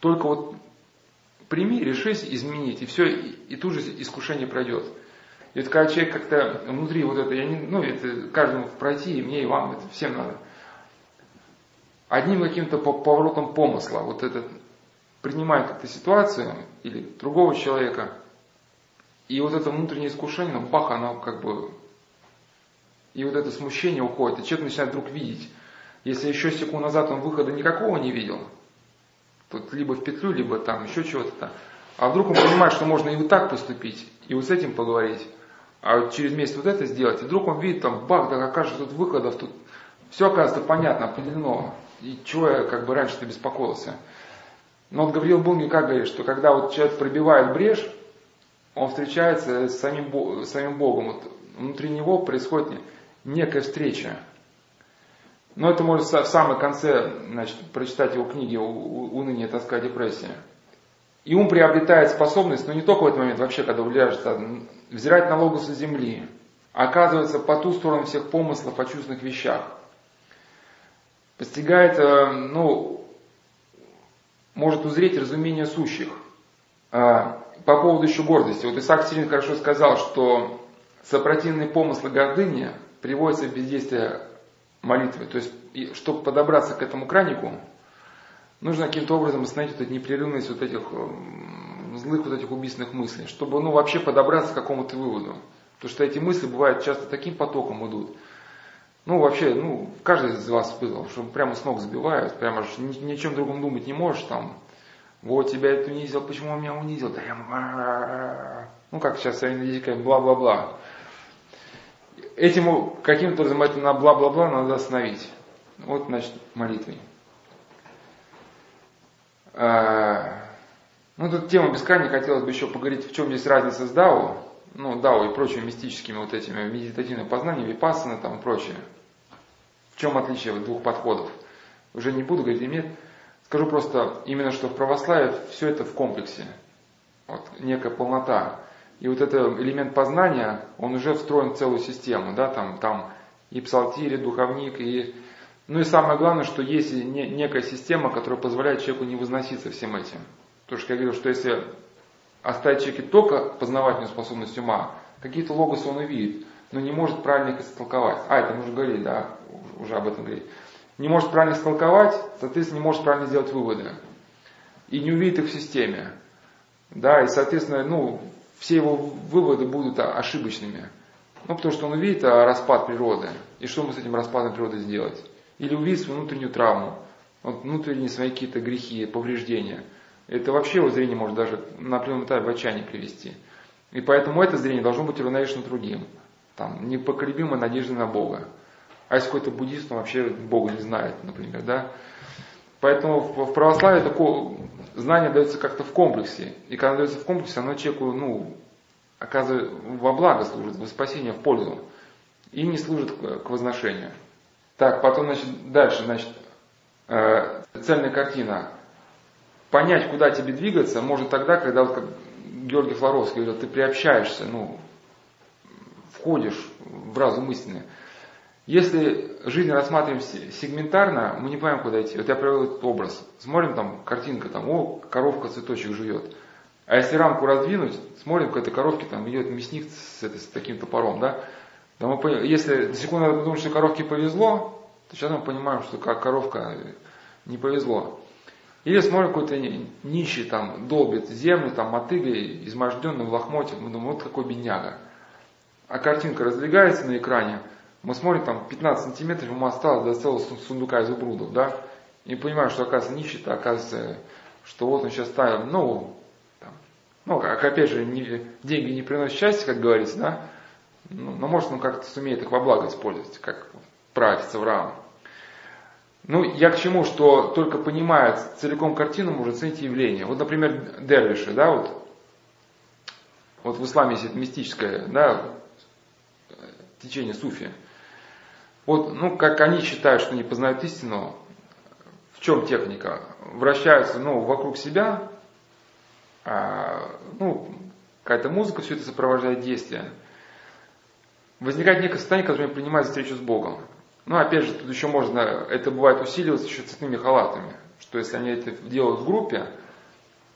Только вот прими, решись изменить, и все, и, и тут же искушение пройдет. И вот когда человек как-то внутри вот это, я не, ну это каждому пройти, и мне, и вам, это всем надо. Одним каким-то поворотом помысла, вот это, принимает как-то ситуацию, или другого человека, и вот это внутреннее искушение, ну, бах, оно как бы, и вот это смущение уходит, и человек начинает вдруг видеть. Если еще секунду назад он выхода никакого не видел, тут либо в петлю, либо там еще чего-то, а вдруг он понимает, что можно и вот так поступить, и вот с этим поговорить, а вот через месяц вот это сделать, и вдруг он видит, там, бах, да окажется тут выходов, тут все оказывается понятно, определено, и чего я как бы раньше-то беспокоился. Но вот Гавриил Бунгин как говорит, что когда вот человек пробивает брешь, он встречается с самим, с самим Богом, вот внутри него происходит некая встреча. Но это можно в самом конце, значит, прочитать его книги «Уныние, тоска, депрессия». И ум приобретает способность, но не только в этот момент, вообще, когда уляжется, взирать на логосы земли, а оказывается по ту сторону всех помыслов о чувственных вещах. Постигает, ну, может узреть разумение сущих. По поводу еще гордости. Вот Исаак Сирин хорошо сказал, что сопротивные помыслы гордыни приводятся в бездействие молитвы. То есть, чтобы подобраться к этому кранику, нужно каким-то образом остановить вот эту непрерывность вот этих злых, вот этих убийственных мыслей, чтобы, ну, вообще подобраться к какому-то выводу. Потому что эти мысли бывают часто таким потоком идут. Ну, вообще, ну, каждый из вас испытывал, что прямо с ног сбивают, прямо же ни, ни о чем другом думать не можешь, там, вот тебя это унизил, почему он меня унизил, да я, ну, как сейчас своими языками, бла-бла-бла. Этим каким-то образом это на бла-бла-бла надо остановить. Вот, значит, молитвой. Ну, тут тема бескрайней, хотелось бы еще поговорить, в чем здесь разница с дао, ну, дао и прочими мистическими вот этими медитативными познаниями, випассана там и прочее. В чем отличие двух подходов? Уже не буду говорить, имеет. Скажу просто, именно что в православии все это в комплексе. Вот, некая полнота. И вот этот элемент познания, он уже встроен в целую систему, да, там, там и псалтирь, и духовник, и... Ну и самое главное, что есть не, некая система, которая позволяет человеку не возноситься всем этим. Потому что я говорил, что если оставить человеку только познавательную способность ума, какие-то логосы он увидит, но не может правильно их истолковать. А, это мы уже говорили, да, уже об этом говорили. Не может правильно истолковать, соответственно, не может правильно сделать выводы. И не увидит их в системе. Да, и, соответственно, ну, все его выводы будут ошибочными. Ну, потому что он увидит распад природы. И что ему с этим распадом природы сделать? Или увидит свою внутреннюю травму, вот внутренние свои какие-то грехи, повреждения. Это вообще его зрение может даже на определенном этапе в отчаяние привести. И поэтому это зрение должно быть уравновешено другим. Там, непоколебимой надеждой на Бога. А если какой-то буддист, он вообще Бога не знает, например, да. Поэтому в православии такое знание дается как-то в комплексе. И когда дается в комплексе, оно человеку, ну, оказывает, во благо служит, во спасение, в пользу. И не служит к возношению. Так, потом, значит, дальше, значит, э, цельная картина. Понять, куда тебе двигаться, может тогда, когда, вот, как Георгий Флоровский говорил, ты приобщаешься, ну, входишь в разум истины. Если жизнь рассматриваем сегментарно, мы не понимаем, куда идти. Вот я привел этот образ. Смотрим, там, картинка, там, о, коровка цветочек жует. А если рамку раздвинуть, смотрим, к этой коровке там идет мясник с, это, с таким топором, да. Да мы, если до секунды думаем, что коровке повезло, то сейчас мы понимаем, что как коровка не повезло. Или смотрим, какой-то нищий там долбит землю, там мотыгой, изможденный в лохмоте, мы думаем, вот какой бедняга. А картинка раздвигается на экране, мы смотрим, там пятнадцать сантиметров ему осталось до целого сундука изумрудов, да, и понимаем, что оказывается нищий-то, оказывается, что вот он сейчас ставил, ну, там, ну, как опять же, не, деньги не приносят счастья, как говорится, да, ну, но может он как-то сумеет их во благо использовать, как праотец Авраам. Ну, я к чему, что только понимая целиком картину, может ценить явление. Вот, например, дервиши, да, вот, вот в исламе есть это мистическое, да, течение суфи. Вот, ну, как они считают, что не познают истину, в чем техника? Вращаются, ну, вокруг себя, а, ну, какая-то музыка, все это сопровождает действие. Возникает некое состояние, которое принимает встречу с Богом. Ну, опять же, тут еще можно, это бывает усиливаться еще цветными халатами, что если они это делают в группе,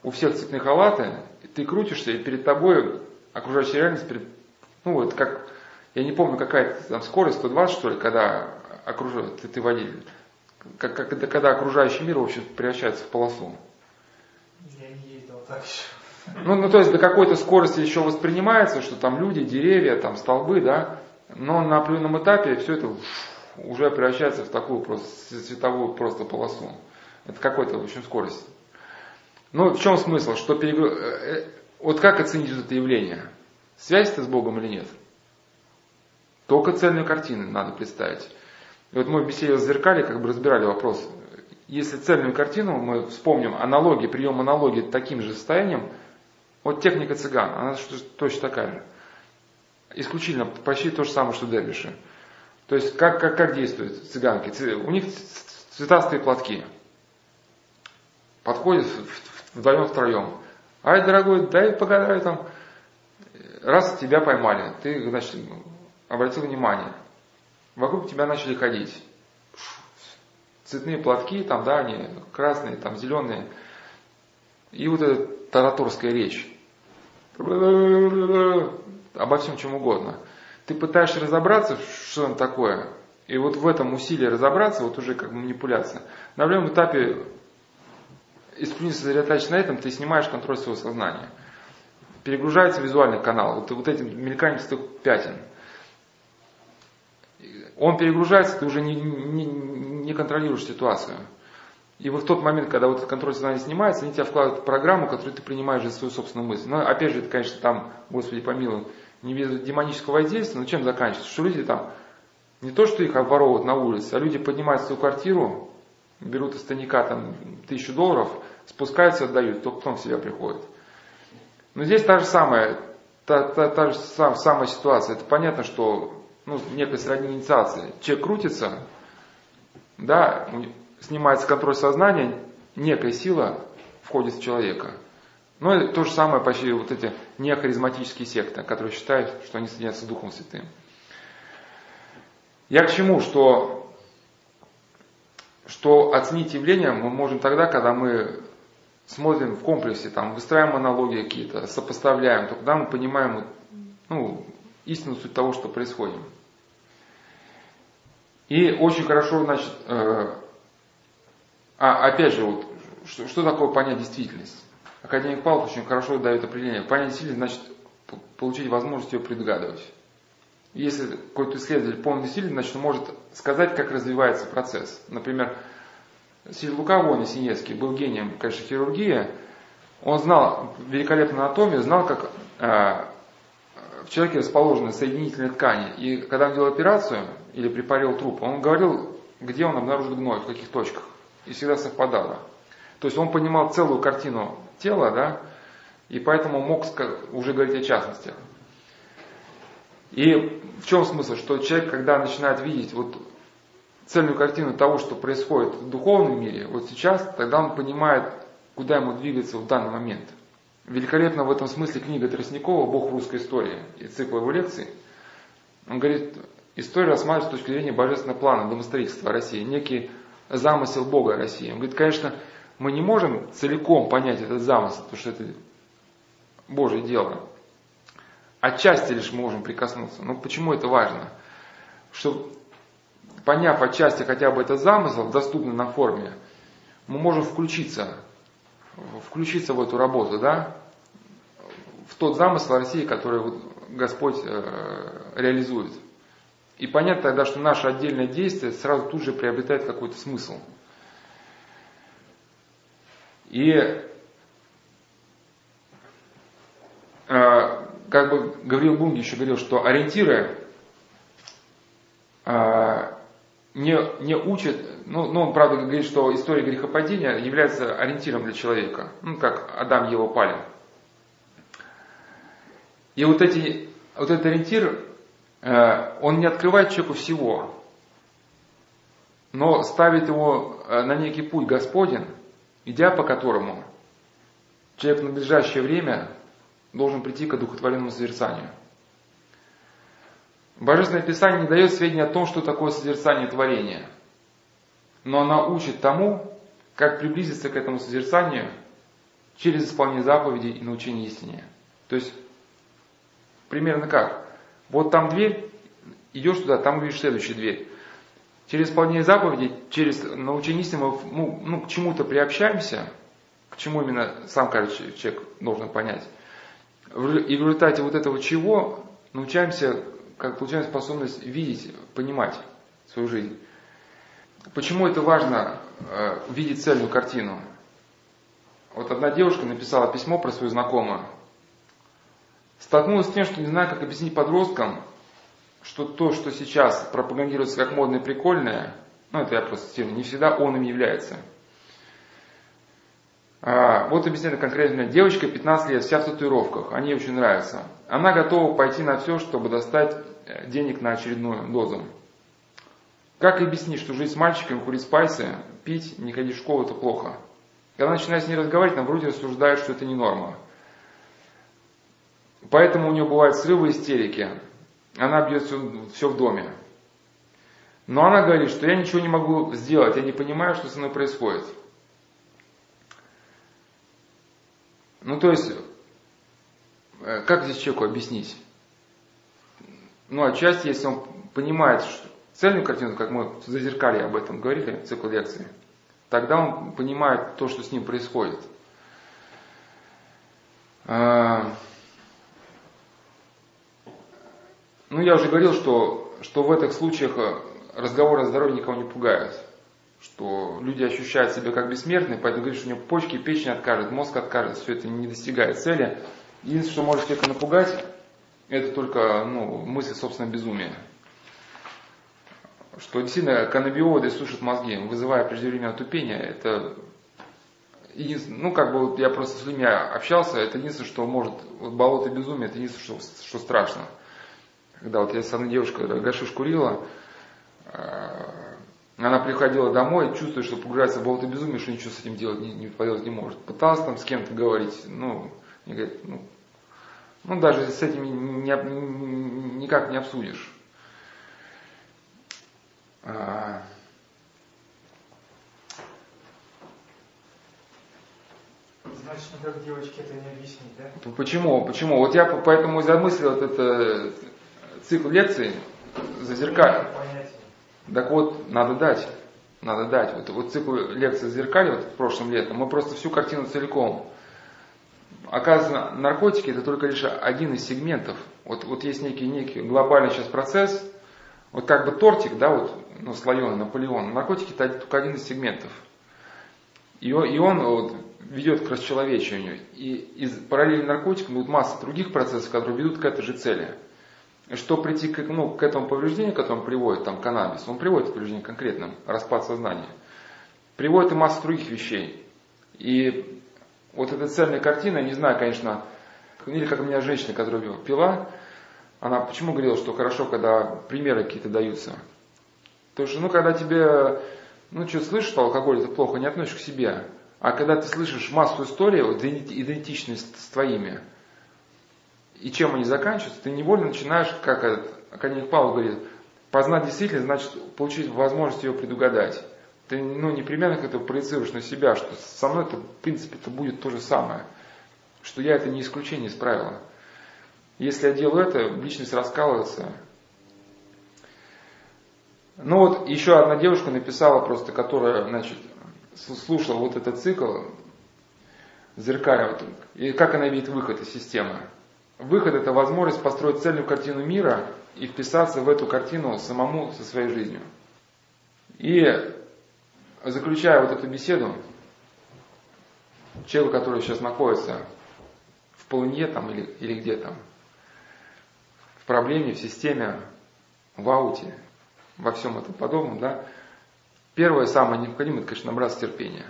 у всех цветные халаты, ты крутишься, и перед тобой окружающая реальность, перед, ну вот как, я не помню, какая там скорость, сто двадцать что ли, когда окружает, ты, ты водитель, как, как, это, когда окружающий мир, в общем, превращается в полосу. Я не ездил так еще. Ну, ну, то есть до какой-то скорости еще воспринимается, что там люди, деревья, там столбы, да, но на определенном этапе все это уже превращается в такую просто цветовую просто полосу. Это какой-то, в общем, скорость. Ну, в чем смысл? Что перегруз... Вот как оценить это явление? Связь это с Богом или нет? Только цельную картину надо представить. И вот мы в беседе с зеркали как бы разбирали вопрос. Если цельную картину, мы вспомним аналогии, прием аналогии таким же состоянием, вот техника цыган, она точно такая же. Исключительно почти то же самое, что дервиши. То есть как, как, как действуют цыганки? У них цветастые платки. Подходят вдвоем, втроем. Ай, дорогой, дай погадаю там. Раз тебя поймали, ты, значит, обратил внимание. Вокруг тебя начали ходить. Цветные платки, там, да, они красные, там, зеленые. И вот эта тараторская речь. Обо всем чем угодно. Ты пытаешься разобраться, что там такое. И вот в этом усилии разобраться, вот уже как манипуляция. На определенном этапе, исключительно сосредотачиваясь на этом, ты снимаешь контроль своего сознания. Перегружается визуальный канал. Вот, вот этим мельканием цветных пятен. Он перегружается, ты уже не, не, не контролируешь ситуацию. И вот в тот момент, когда вот этот контроль сознания снимается, они тебя вкладывают в программу, которую ты принимаешь за свою собственную мысль. Но опять же, это, конечно, там, Господи помилуй, не без демонического воздействия, но чем заканчивается? Что люди там, не то, что их обворовывают на улице, а люди поднимают свою квартиру, берут из тайника там тысячу долларов, спускаются, отдают, только потом в себя приходят. Но здесь та же самая, та, та, та же сам, самая ситуация. Это понятно, что ну, некая сродни инициации. Человек крутится, да, снимается контроль сознания, некая сила входит в человека. Но это то же самое почти вот эти неохаризматические секты, которые считают, что они соединяются с Духом Святым. Я к чему? Что, что оценить явление мы можем тогда, когда мы смотрим в комплексе, там, выстраиваем аналогии какие-то, сопоставляем, то тогда мы понимаем ну, истинную суть того, что происходит. И очень хорошо, значит, э, а опять же, вот, что, что такое понять действительность? Академик Павлов очень хорошо дает определение. Понять действительность значит получить возможность ее предугадывать. Если какой-то исследователь помнит действительность, значит он может сказать, как развивается процесс. Например, Лука Война Синецкий был гением, конечно, хирургии. Он знал великолепную анатомию, знал, как э, в человеке расположены соединительные ткани. И когда он делал операцию или препарировал труп, он говорил, где он обнаружит гной, в каких точках. И всегда совпадало. То есть он понимал целую картину тела, да, и поэтому мог уже говорить о частностях. И в чем смысл? Что человек, когда начинает видеть вот цельную картину того, что происходит в духовном мире, вот сейчас, тогда он понимает, куда ему двигаться в данный момент. Великолепно в этом смысле книга Тростникова «Бог в русской истории» и цикл его лекций. Он говорит, история рассматривается с точки зрения божественного плана домостроительства России, некий замысел Бога России. Он говорит, конечно, мы не можем целиком понять этот замысел, потому что это Божье дело. Отчасти лишь мы можем прикоснуться. Но почему это важно? Что, поняв отчасти хотя бы этот замысел, доступный на форме, мы можем включиться, включиться в эту работу, да, в тот замысел России, который вот Господь э, реализует. И понять тогда, что наше отдельное действие сразу тут же приобретает какой-то смысл. И э, как бы Гавриил Бунги еще говорил, что ориентиры э, не, не учат, ну, ну он правда говорит, что история грехопадения является ориентиром для человека, ну как Адам и Ева пали. И вот, эти, вот этот ориентир, э, он не открывает человеку всего, но ставит его на некий путь Господень, идя по которому человек в надлежащее время должен прийти к одухотворенному созерцанию. Божественное Писание не дает сведения о том, что такое созерцание творения, но оно учит тому, как приблизиться к этому созерцанию через исполнение заповедей и научение истине. То есть, примерно как? Вот там дверь, идешь туда, там увидишь следующую дверь. Через исполнение заповедей, через научение истине мы ну, ну, к чему-то приобщаемся, к чему именно сам каждый человек должен понять. И в результате вот этого чего научаемся, как получаем способность видеть, понимать свою жизнь. Почему это важно э, видеть цельную картину? Вот одна девушка написала письмо про свою знакомую. Столкнулась с тем, что не знаю, как объяснить подросткам, что то, что сейчас пропагандируется как модное и прикольное, ну это я просто цитирую, не всегда он им является. А, вот объяснение конкретно. Девочка, пятнадцать лет, вся в татуировках, они ей очень нравятся. Она готова пойти на все, чтобы достать денег на очередную дозу. Как объяснить, что жить с мальчиками, курить спайсы, пить, не ходить в школу – это плохо? Когда начинает с ней разговаривать, она вроде рассуждает, что это не норма. Поэтому у нее бывают срывы, истерики. Она бьет все, все в доме. Но она говорит, что я ничего не могу сделать, я не понимаю, что со мной происходит. Ну, то есть, как здесь человеку объяснить? Ну, отчасти, если он понимает что цельную картину, как мы в Зазеркалье об этом говорили, цикл лекций, тогда он понимает то, что с ним происходит. Ну, я уже говорил, что, что в этих случаях разговоры о здоровье никого не пугают. Что люди ощущают себя как бессмертные, поэтому говорят, что у него почки, печень откажет, мозг откажет, все это не достигает цели. Единственное, что может человека напугать, это только ну, мысль собственного безумия. Что действительно каннабиоиды сушат мозги, вызывая преждевременное тупение, это ну как бы вот я просто с людьми общался, это единственное, что может, вот болото безумия, это единственное, что, что страшно. Когда вот я с одной девушкой гашиш курила, она приходила домой, чувствует, что погружается в болото безумия, что ничего с этим делать не, не поделать не может. Пыталась там с кем-то говорить, ну, не говорит, ну, ну даже с этим не, не, никак не обсудишь. А... Значит, никак девочке это не объяснить, да? Почему? Почему? Вот я поэтому и замыслил вот этот цикл лекций «Зазеркалье». Так вот, надо дать, надо дать. Вот, вот цикл лекций «Зазеркалье» вот, прошлым летом, мы просто всю картину целиком. Оказывается, наркотики это только лишь один из сегментов. Вот, вот есть некий, некий глобальный сейчас процесс, вот как бы тортик, да, вот, ну, слоеный, Наполеон. Наркотики это только один из сегментов. И он, и он вот, ведет к расчеловечиванию. И из параллельно наркотикам будет масса других процессов, которые ведут к этой же цели. И чтобы прийти к, ну, к этому повреждению, к которому приводит там, каннабис, он приводит к повреждению конкретным, распад сознания. Приводит и массу других вещей. И вот эта цельная картина, я не знаю, конечно, или как у меня женщина, которая пила, она почему говорила, что хорошо, когда примеры какие-то даются. Потому что, ну, когда тебе, ну, что слышишь, что алкоголь это плохо, не относишь к себе. А когда ты слышишь массу историй, вот, идентичных с твоими, и чем они заканчиваются, ты невольно начинаешь, как академик Павлов говорит, познать действительно, значит, получить возможность ее предугадать. Ты, ну, непременно это проецируешь на себя, что со мной это, в принципе, это будет то же самое. Что я это не исключение из правила. Если я делаю это, личность раскалывается. Ну вот, еще одна девушка написала просто, которая, значит, слушала вот этот цикл «Зеркалье», вот, и как она видит выход из системы. Выход – это возможность построить цельную картину мира и вписаться в эту картину самому со своей жизнью. И заключая вот эту беседу, человеку, который сейчас находится в полынье там или, или где там, в проблеме, в системе, в ауте, во всем этом подобном, да, первое, самое необходимое, это, конечно, набраться терпения.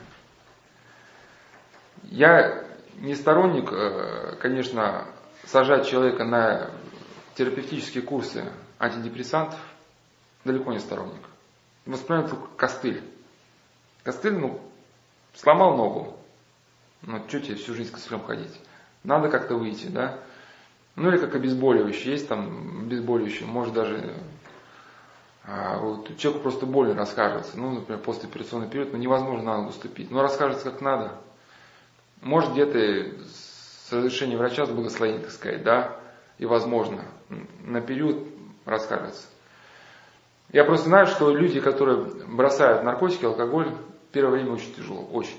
Я не сторонник, конечно, сажать человека на терапевтические курсы антидепрессантов, далеко не сторонник. Воспринимаю только костыль. Костыль, ну, сломал ногу. Ну, что тебе всю жизнь с костылем ходить? Надо как-то выйти, да? Ну, или как обезболивающее. Есть там обезболивающее, может даже а, вот, человеку просто больно рассказывается. Ну, например, послеоперационный период, ну, невозможно на ногу ступить. Но рассказывается как надо. Может, где-то с разрешения врача, с благословения, так сказать, да, и возможно, на период раскаиваться. Я просто знаю, что люди, которые бросают наркотики, алкоголь, первое время очень тяжело, очень.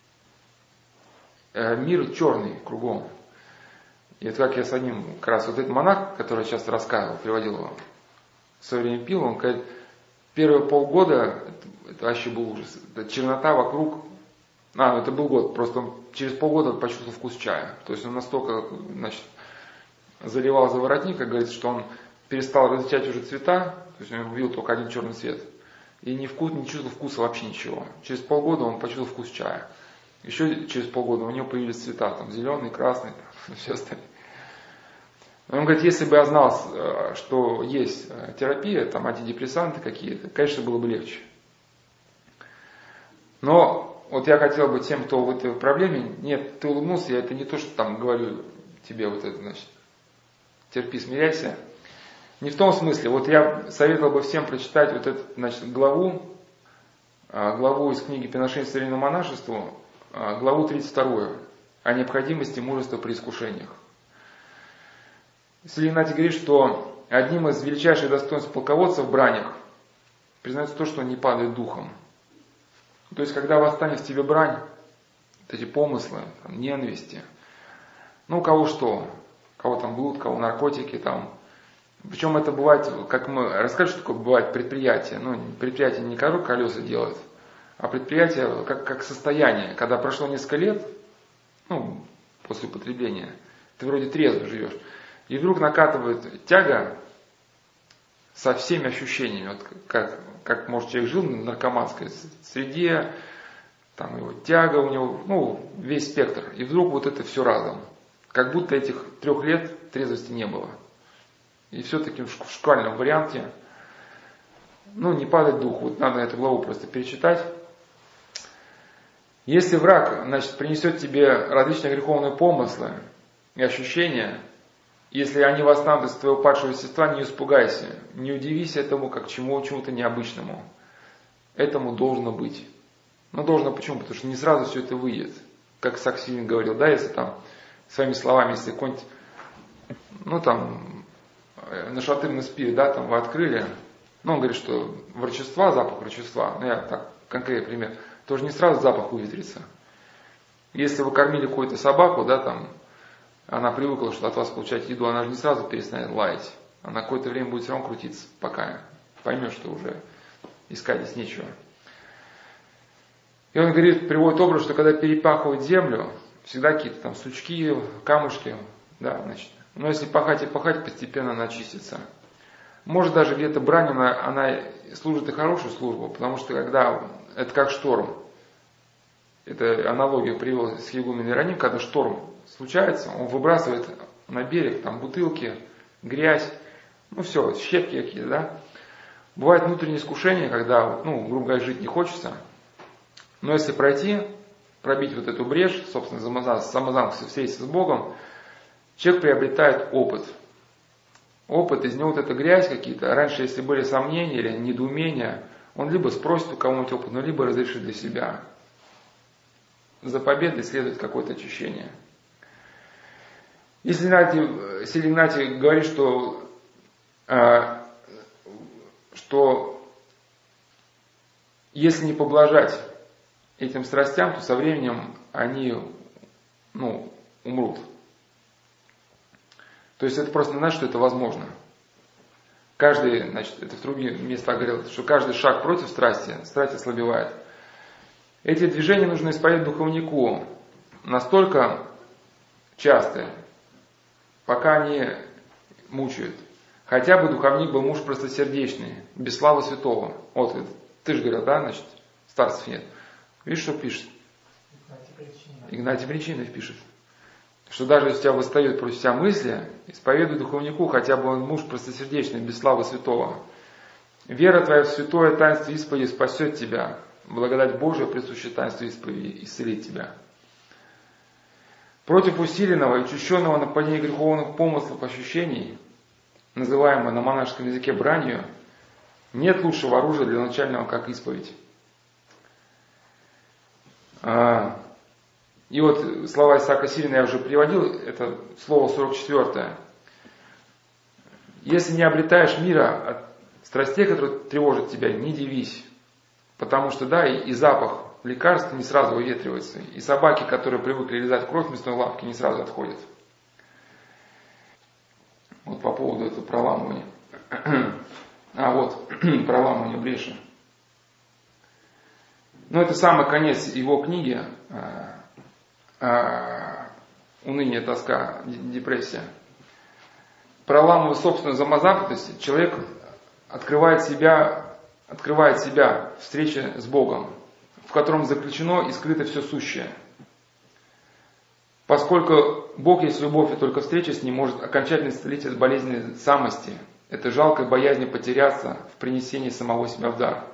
Мир черный кругом. И вот как я с одним, как раз вот этот монах, который я часто рассказывал, приводил его, в свое время пил, он говорит, первые полгода, это, это вообще был ужас, это чернота вокруг, а, это был год, просто он через полгода почувствовал вкус чая. То есть он настолько, значит, заливал за воротник, как говорится, что он перестал различать уже цвета, то есть он увидел только один черный цвет. И не, вкус, не чувствовал вкуса вообще ничего. Через полгода он почувствовал вкус чая. Еще через полгода у него появились цвета, там зеленый, красный, там, все остальное. Он говорит, если бы я знал, что есть терапия, там антидепрессанты какие-то, конечно, было бы легче. Но вот я хотел бы тем, кто в этой проблеме, нет, ты улыбнулся, я это не то, что там говорю тебе вот это, значит, терпи, смиряйся. Не в том смысле, вот я советовал бы всем прочитать вот эту, значит, главу, главу из книги «Приношение современному монашеству», главу тридцать вторую, о необходимости мужества при искушениях. Святой Игнатий говорит, что одним из величайших достоинств полководца в бранях признается то, что он не падает духом. То есть, когда восстанет в тебе брань, вот эти помыслы, там, ненависти, ну, у кого что, у кого там блуд, у кого наркотики, там. Причем это бывает, как мы расскажем, что такое бывает предприятие. Ну, предприятие не король колеса делает, а предприятие как, как состояние. Когда прошло несколько лет, ну, после употребления, ты вроде трезво живешь, и вдруг накатывает тяга со всеми ощущениями. Вот как, как может человек жил в наркоманской среде, там его тяга у него, ну, весь спектр. И вдруг вот это все разом. Как будто этих трех лет трезвости не было. И все-таки в шквальном варианте, ну, не падать дух. Вот надо эту главу просто перечитать. Если враг, значит, принесет тебе различные греховные помыслы и ощущения, если они восстанут из твоего падшего естества, не испугайся, не удивись этому как чему, чему-то необычному. Этому должно быть. Ну, должно почему? Потому что не сразу все это выйдет. Как Саксин говорил, да, если там, своими словами, если какой-нибудь, ну, там, нашатырный спирт, да, там, вы открыли, ну, он говорит, что врачества, запах врачества, ну, я так, конкретный пример, тоже не сразу запах уветрится. Если вы кормили какую-то собаку, да, там, она привыкла, что от вас получать еду, она же не сразу перестанет лаять. Она какое-то время будет все равно крутиться, пока поймет, что уже искать здесь нечего. И он говорит, приводит образ, что когда перепахивают землю, всегда какие-то там сучки, камушки, да, значит. Но если пахать и пахать, постепенно она очистится. Может даже где-то брань, она, она служит и хорошую службу, потому что когда, это как шторм. Это аналогию привел с Егумен Иероним, когда шторм случается, он выбрасывает на берег там бутылки, грязь, ну все, щепки какие-то, да. Бывает внутреннее искушение, когда, ну, грубо говоря, жить не хочется. Но если пройти, пробить вот эту брешь, собственно, самозанку встретиться с Богом, человек приобретает опыт. Опыт, из него вот эта грязь какие-то, раньше, если были сомнения или недоумения, он либо спросит у кого-нибудь опыт, но либо разрешит для себя. За победой следует какое-то очищение. Если Святой Игнатий говорит, что, э, что если не поблажать этим страстям, то со временем они, ну, умрут. То есть это просто не значит, что это возможно. Каждый, значит, это в других местах говорил, что каждый шаг против страсти, страсть ослабевает. Эти движения нужно исповедовать духовнику настолько часто, пока они мучают. Хотя бы духовник был муж простосердечный, без славы святого. Вот, ты же говорил, да, значит, старцев нет. Видишь, что пишет? Игнатий Бринчинов пишет. Что даже если у тебя восстают против тебя мысли, исповедуй духовнику, хотя бы он муж простосердечный, без славы святого. Вера твоя в святое таинство исповеди спасет тебя. Благодать Божия, присущая таинству исповеди, исцелит тебя. Против усиленного и учащенного нападения греховных помыслов ощущений, называемого на монашеском языке бранью, нет лучшего оружия для начального, как исповедь. И вот слова Исаака Сирина я уже приводил, это слово сорок четвёртое. Если не обретаешь мира от страстей, которые тревожат тебя, не дивись. Потому что, да, и, и запах лекарств не сразу выветривается. И собаки, которые привыкли лизать кровь в мясной лавке, не сразу отходят. Вот по поводу этого проламывания. А вот, проламывание бреши. Ну, это самый конец его книги «Уныние, тоска, депрессия». Проламывая собственную самозапятость, человек открывает себя, открывает себя в встрече с Богом, в котором заключено и скрыто все сущее. Поскольку Бог есть любовь, и только встреча с Ним может окончательно исцелить от болезненной самости, это жалкой боязни потеряться в принесении самого себя в дар.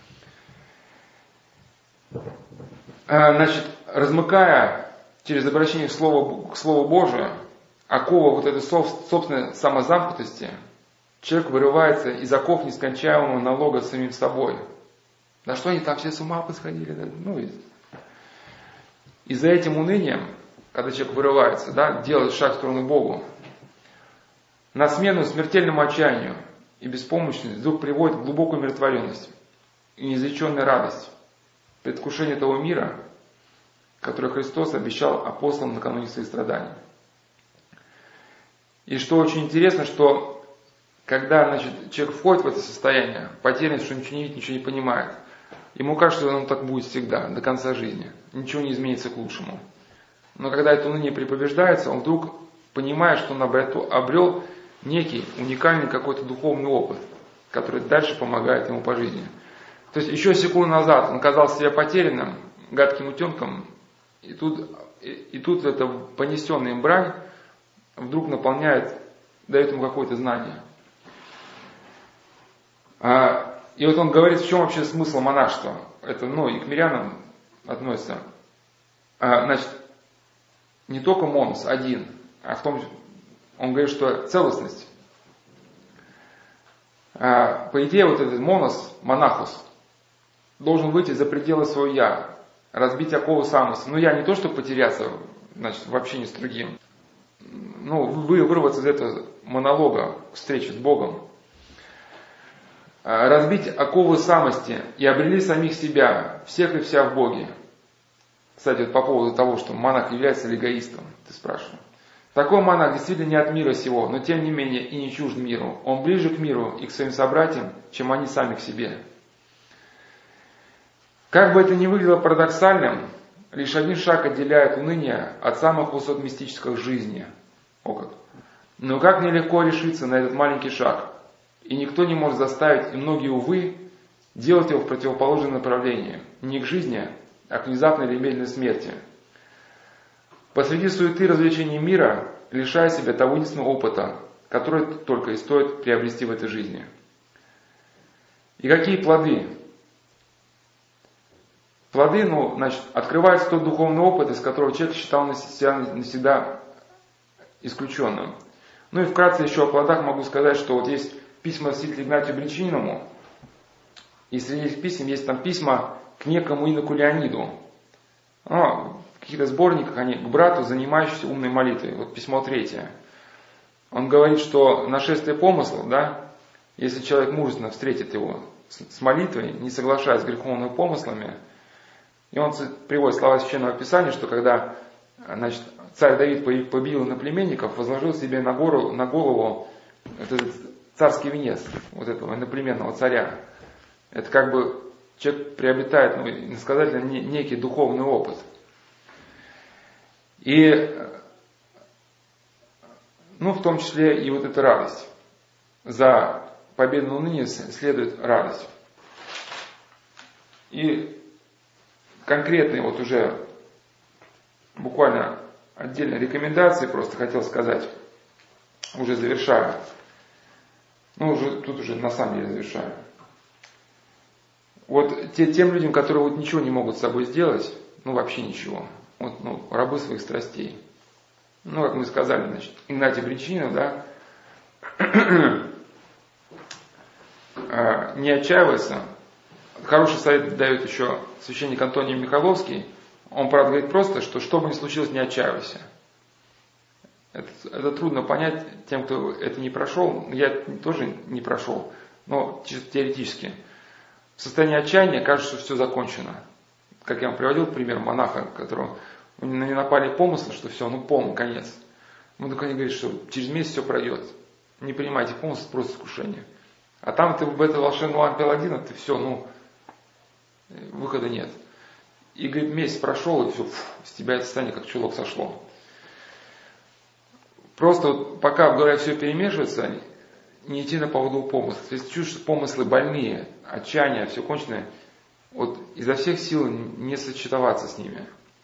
Значит, размыкая через обращение к Слову, к Слову Божию, окова вот этой собственной самозамкнутости, человек вырывается из оков нескончаемого налога с самим собой. Да что они там все с ума посходили? Да? Ну, и, и за этим унынием, когда человек вырывается, да, делает шаг в сторону Богу, на смену смертельному отчаянию и беспомощности вдруг приводит в глубокую умиротворенность и неизреченную радость, предвкушение того мира, который Христос обещал апостолам накануне своих страданий. И что очень интересно, что когда, значит, человек входит в это состояние, потерянность, что ничего не видит, ничего не понимает, ему кажется, что он так будет всегда, до конца жизни. Ничего не изменится к лучшему. Но когда это уныние приповеждается, он вдруг понимает, что он обрел некий уникальный какой-то духовный опыт, который дальше помогает ему по жизни. То есть еще секунду назад он казался себе потерянным, гадким утенком, и тут, и, и тут эта понесенная им брань вдруг наполняет, дает ему какое-то знание. А, и вот он говорит, в чем вообще смысл монашества. Это, ну, и к мирянам относится. А, значит, не только монос один, а в том, он говорит, что целостность. А, по идее, вот этот монос, монахус, должен выйти за пределы своего «я», разбить оковы самости. Ну, я не то, чтобы потеряться, значит, в общении с другим. Ну, вы вырваться из этого монолога, встречи с Богом. Разбить оковы самости и обрели самих себя, всех и вся в Боге. Кстати, вот по поводу того, что монах является ли эгоистом, ты спрашиваешь. Такой монах действительно не от мира сего, но тем не менее и не чужд миру. Он ближе к миру и к своим собратьям, чем они сами к себе. Как бы это ни выглядело парадоксальным, лишь один шаг отделяет уныние от самых высот мистической жизни. О как. Но как нелегко решиться на этот маленький шаг. И никто не может заставить, и многие, увы, делать его в противоположном направлении. Не к жизни, а к внезапной или медленной смерти. Посреди суеты развлечений мира, лишая себя того единственного опыта, который только и стоит приобрести в этой жизни. И какие плоды? Плоды, ну, значит, открывается тот духовный опыт, из которого человек считал себя навсегда исключенным. Ну и вкратце еще о плодах могу сказать, что вот есть письма святителю Игнатию Бринчаниному, и среди этих писем есть там письма к некому иноку Леониду. Ну, в каких-то сборниках они к брату, занимающемуся умной молитвой. Вот письмо третье. Он говорит, что нашествие помыслов, да, если человек мужественно встретит его с молитвой, не соглашаясь с греховными помыслами, и он приводит слова Священного Писания, что когда, значит, царь Давид побил иноплеменников, возложил себе на, гору, на голову этот царский венец, вот этого иноплеменного царя. Это как бы человек приобретает, ну, иносказательно, некий духовный опыт. И, ну, в том числе и вот эта радость. За победу на уныние следует радость. И конкретные вот уже буквально отдельные рекомендации просто хотел сказать, уже завершаю. Ну, уже, тут уже на самом деле завершаю. Вот те, тем людям, которые вот ничего не могут с собой сделать, ну вообще ничего, вот, ну, рабы своих страстей. Ну, как мы сказали, значит, Игнатий Бринчанинов, да, не отчаиваться. Хороший совет дает еще священник Антоний Михайловский. Он, правда, говорит просто, что что бы ни случилось, не отчаивайся. Это, это трудно понять тем, кто это не прошел. Я тоже не прошел, но чисто теоретически. В состоянии отчаяния кажется, что все закончено. Как я вам приводил пример монаха, которого на него напали помыслы, что все, ну полный конец. Мы только не говорит, что через месяц все пройдет. Не принимайте помыслы, просто искушение. А там ты в этой волшебной лампе Аладдина, ты все, ну, выхода нет. И, говорит, месяц прошел, и все, фу, с тебя это состояние как чулок сошло. Просто вот, пока в голове все перемешивается, не идти на поводу у помыслов. Если чувствуешь, что помыслы больные, отчаяние, все конченое, вот изо всех сил не сочетоваться с ними.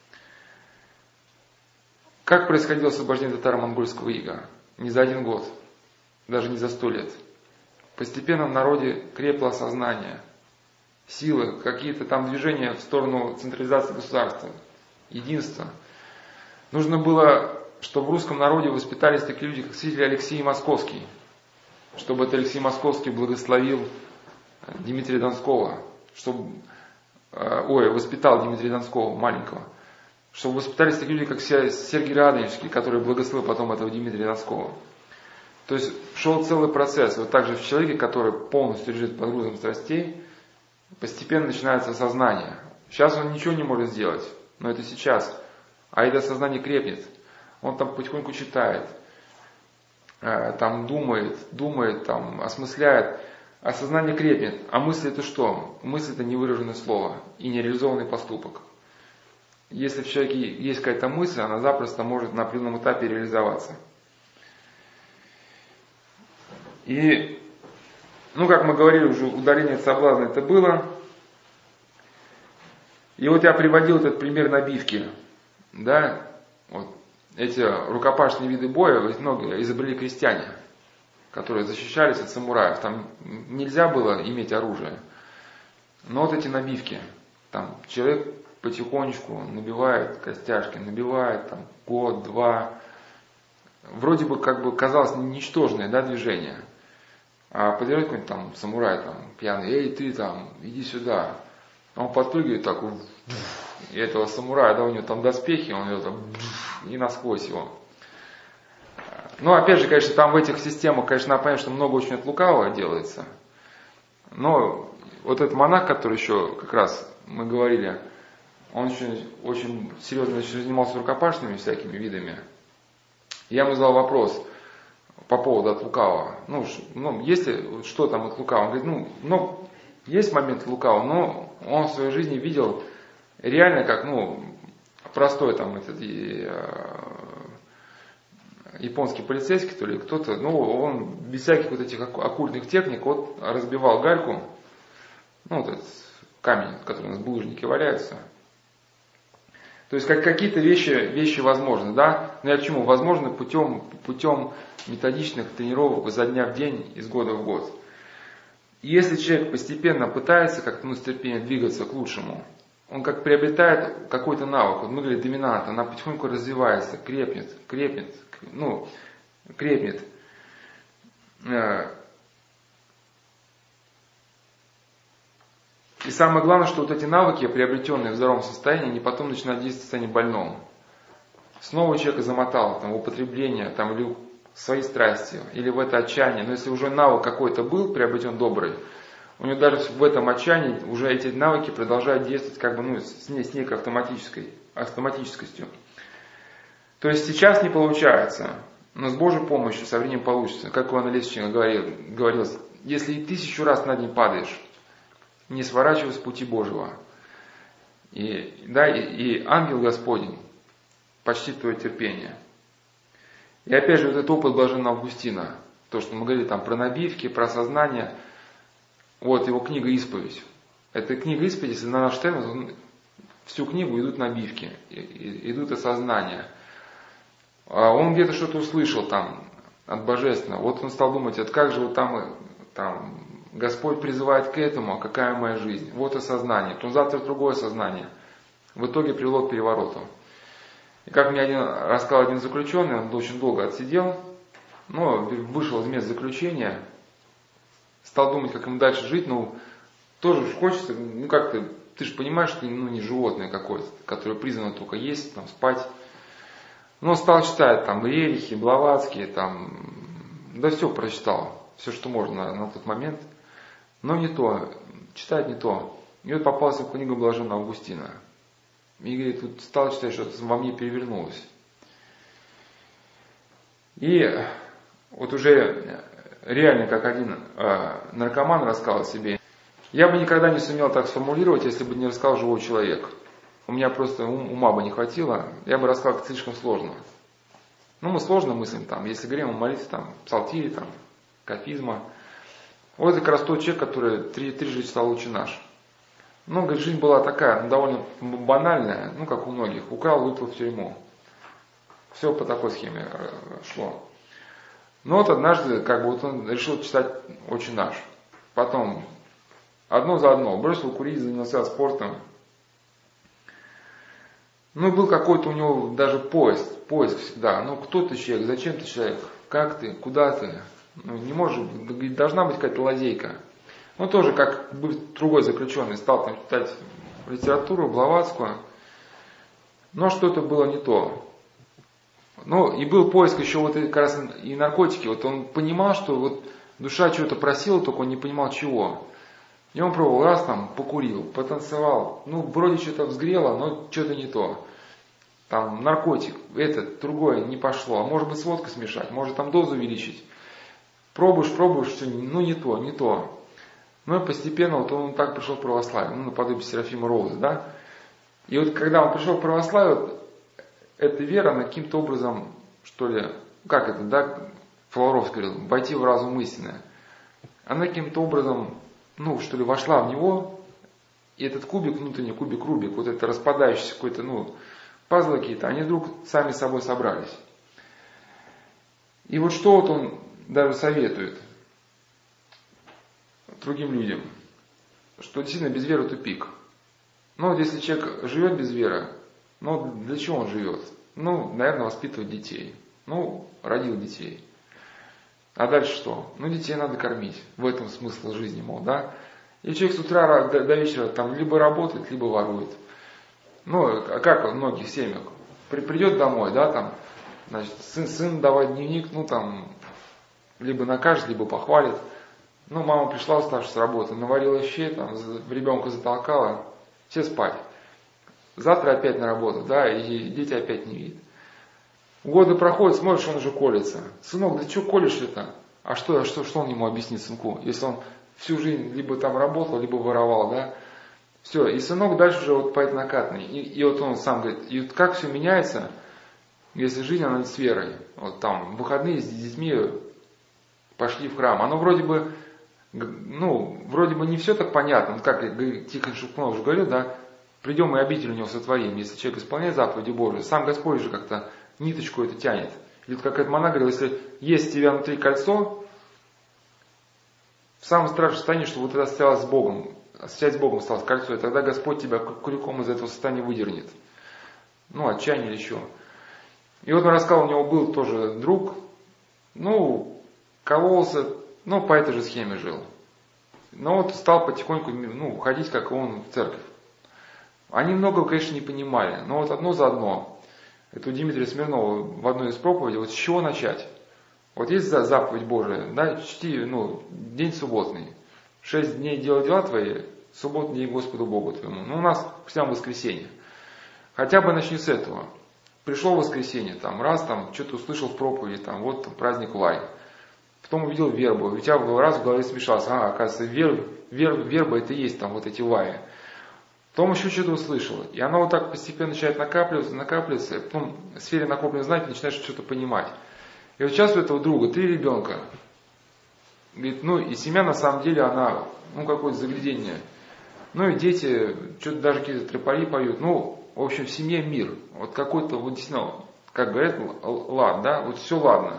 Как происходило освобождение татаро-монгольского ига? Не за один год, даже не за сто лет. Постепенно в народе крепло сознание, силы, какие-то там движения в сторону централизации государства, единства. Нужно было, чтобы в русском народе воспитались такие люди, как святитель Алексей Московский, чтобы это Алексей Московский благословил Дмитрия Донского, чтобы, ой, воспитал Дмитрия Донского, маленького, чтобы воспитались такие люди, как Сергий Радонежский, который благословил потом этого Дмитрия Донского. То есть шел целый процесс. Вот так же в человеке, который полностью лежит под грузом страстей, постепенно начинается сознание. Сейчас он ничего не может сделать, но это сейчас. А это сознание крепнет. Он там потихоньку читает, там думает, думает, там осмысляет. А сознание крепнет. А мысль это что? Мысль это невыраженное слово и нереализованный поступок. Если в человеке есть какая-то мысль, она запросто может на определенном этапе реализоваться. И, ну, как мы говорили, уже удаление от соблазна это было. И вот я приводил этот пример набивки. Да, вот эти рукопашные виды боя, ведь много изобрели крестьяне, которые защищались от самураев. Там нельзя было иметь оружие. Но вот эти набивки, там человек потихонечку набивает костяшки, набивает там год, два. Вроде бы как бы казалось ничтожное, да, движение. А подойдет какой-нибудь там самурай там пьяный, эй, ты там, иди сюда. Он подпрыгивает так, и этого самурая, да, у него там доспехи, он его там, и насквозь его. Ну, опять же, конечно, там в этих системах, конечно, надо понять, что много очень от лукавого делается. Но вот этот монах, который еще, как раз мы говорили, он очень, очень серьезно занимался рукопашными всякими видами. Я ему задал вопрос по поводу от лукавого. Ну, ну если, что там от лукавого? Он говорит, ну, ну, есть момент лукавого, но он в своей жизни видел реально как, ну, простой там этот и, э, японский полицейский, то ли кто-то, ну, он без всяких вот этих оккультных техник вот разбивал гальку, ну, вот этот камень, который у нас в булыжнике валяется. То есть как какие-то вещи, вещи возможны, да? Но я к чему? Возможно путем, путем методичных тренировок изо дня в день, из года в год. И если человек постепенно пытается как-то, ну, с терпением двигаться к лучшему, он как приобретает какой-то навык, вот мы говорили, доминант, она потихоньку развивается, крепнет, крепнет, ну, крепнет. И самое главное, что вот эти навыки, приобретенные в здоровом состоянии, они потом начинают действовать в состоянии больном. Снова человека замотало там, в употребление, там, или в свои страсти, или в это отчаяние. Но если уже навык какой-то был приобретен добрый, у него даже в этом отчаянии уже эти навыки продолжают действовать как бы, ну, с, с некой автоматической, автоматическостью. То есть сейчас не получается, но с Божьей помощью со временем получится. Как у Иоанна Лесвичника говорил, говорилось, если и тысячу раз над ним падаешь, не сворачивай с пути Божьего. И, да, и, и ангел Господень почтит твое терпение. И опять же, вот этот опыт блаженного Августина, то, что мы говорили там про набивки, про сознание, вот его книга «Исповедь». Эта книга «Исповедь», если на наш термин, всю книгу идут набивки, идут осознания. Он где-то что-то услышал там от Божественного. Вот он стал думать, вот как же вот там, там Господь призывает к этому, а какая моя жизнь? Вот осознание. Потом завтра другое сознание. В итоге привело к перевороту. И как мне один, рассказал один заключенный, он очень долго отсидел, но вышел из мест заключения, стал думать, как ему дальше жить, ну, тоже хочется, ну, как-то ты же понимаешь, что ты ну, не животное какое-то, которое призвано только есть, там, спать. Но стал читать там Рерихи, Блаватские, там, да все прочитал, все, что можно на, на тот момент. Но не то, читать не то. И вот попался в книгу Блаженного Августина. И говорит, вот стал читать, что-то во мне перевернулось. И вот уже реально, как один э, наркоман рассказал себе, я бы никогда не сумел так сформулировать, если бы не рассказал живой человек. У меня просто ум, ума бы не хватило, я бы рассказал как слишком сложно. Ну, мы сложно мыслим, там, если говорим о молитве, там, псалтире, там, кафизма. Вот это как раз тот человек, который три, трижды читал «Отче наш». Ну, говорит, жизнь была такая, ну, довольно банальная, ну, как у многих. Украл, выплыл в тюрьму. Все по такой схеме шло. Но вот однажды, как бы, вот он решил читать «Отче наш». Потом, одно за одно, бросил курить, занялся спортом. Ну, был какой-то у него даже поиск, поиск всегда. Ну, кто ты человек, зачем ты человек, как ты, куда ты? Ну, не может, должна быть какая-то лазейка. Ну, тоже, как другой заключенный, стал там читать литературу, Блаватскую, но что-то было не то. Ну, и был поиск еще вот как раз и наркотики. Вот он понимал, что вот душа чего-то просила, только он не понимал чего. И он пробовал, раз там покурил, потанцевал, ну, вроде что-то взгрело, но что-то не то. Там наркотик, этот, другое не пошло, а может быть с водкой смешать, может там дозу увеличить. Пробуешь, пробуешь, все, ну не то, не то. Ну и постепенно вот он так пришел в православие, ну наподобие Серафима Роуза, да. И вот когда он пришел в православие, вот, эта вера, она каким-то образом, что ли, как это, да, Флоровский говорил, войти в разум истинное. Она каким-то образом, ну, что ли, вошла в него, и этот кубик, внутренний кубик Рубик, вот это распадающийся какой-то, ну, пазлы какие-то, они вдруг сами собой собрались. И вот что вот он даже советует другим людям, что действительно без веры тупик. Ну вот если человек живет без веры, ну для чего он живет? Ну, наверное, воспитывать детей. Ну, родил детей. А дальше что? Ну, детей надо кормить. В этом смысл жизни, мол, да? И человек с утра до, до вечера там либо работает, либо ворует. Ну, а как в многих семьях? При, придет домой, да, там, значит, сын, сын давай дневник, ну, там, либо накажет, либо похвалит. Ну, мама пришла уставшая с работы, наварила щей, там, ребенка затолкала, все спать. Завтра опять на работу, да, и дети опять не видят. Годы проходят, смотришь, он уже колется. Сынок, да что колешь это? А что, а что, что он ему объяснит, сынку? Если он всю жизнь либо там работал, либо воровал, да? Все, и сынок дальше уже вот по этой накатной. И, и вот он сам говорит, и вот как все меняется, если жизнь, она с верой. Вот там, в выходные с детьми пошли в храм. Оно вроде бы, ну, вроде бы не все так понятно. Ну, как Тихон Шевкунов уже говорил, да, придем и обитель у него сотворим. Если человек исполняет заповеди Божии, сам Господь же как-то ниточку это тянет. Или вот как этот монах говорил, если есть у тебя внутри кольцо, в самом страшном состоянии, что вот это осталось с Богом, связь с Богом осталось кольцо, и тогда Господь тебя крюком из этого состояния выдернет. Ну, отчаяние или еще. И вот он рассказал, у него был тоже друг, ну, кололся, ну, по этой же схеме жил. Но вот стал потихоньку, ну, ходить, как он, в церковь. Они многого, конечно, не понимали, но вот одно за одно. Это у Дмитрия Смирнова в одной из проповедей, вот с чего начать? Вот есть заповедь Божия, да, чти, ну, день субботний. Шесть дней делай дела твои, субботний день Господу Богу твоему. Ну, у нас всем воскресенье. Хотя бы начни с этого. Пришло воскресенье, там, раз, там, что-то услышал в проповеди, там, вот там, праздник Лай. Потом увидел вербу, у тебя раз в голове смешался, а, оказывается, вер, вер, верба это и есть там вот эти лаи. Потом еще что-то услышал. И оно вот так постепенно начинает накапливаться, накапливаться. И потом в сфере накопленных знаний начинаешь что-то понимать. И вот сейчас у этого друга три ребенка. Говорит, ну и семья на самом деле она, ну какое-то заглядение. Ну и дети, что-то даже какие-то тропари поют. Ну, в общем, в семье мир. Вот какой-то, вот действительно, как говорят, лад, да, вот все ладно.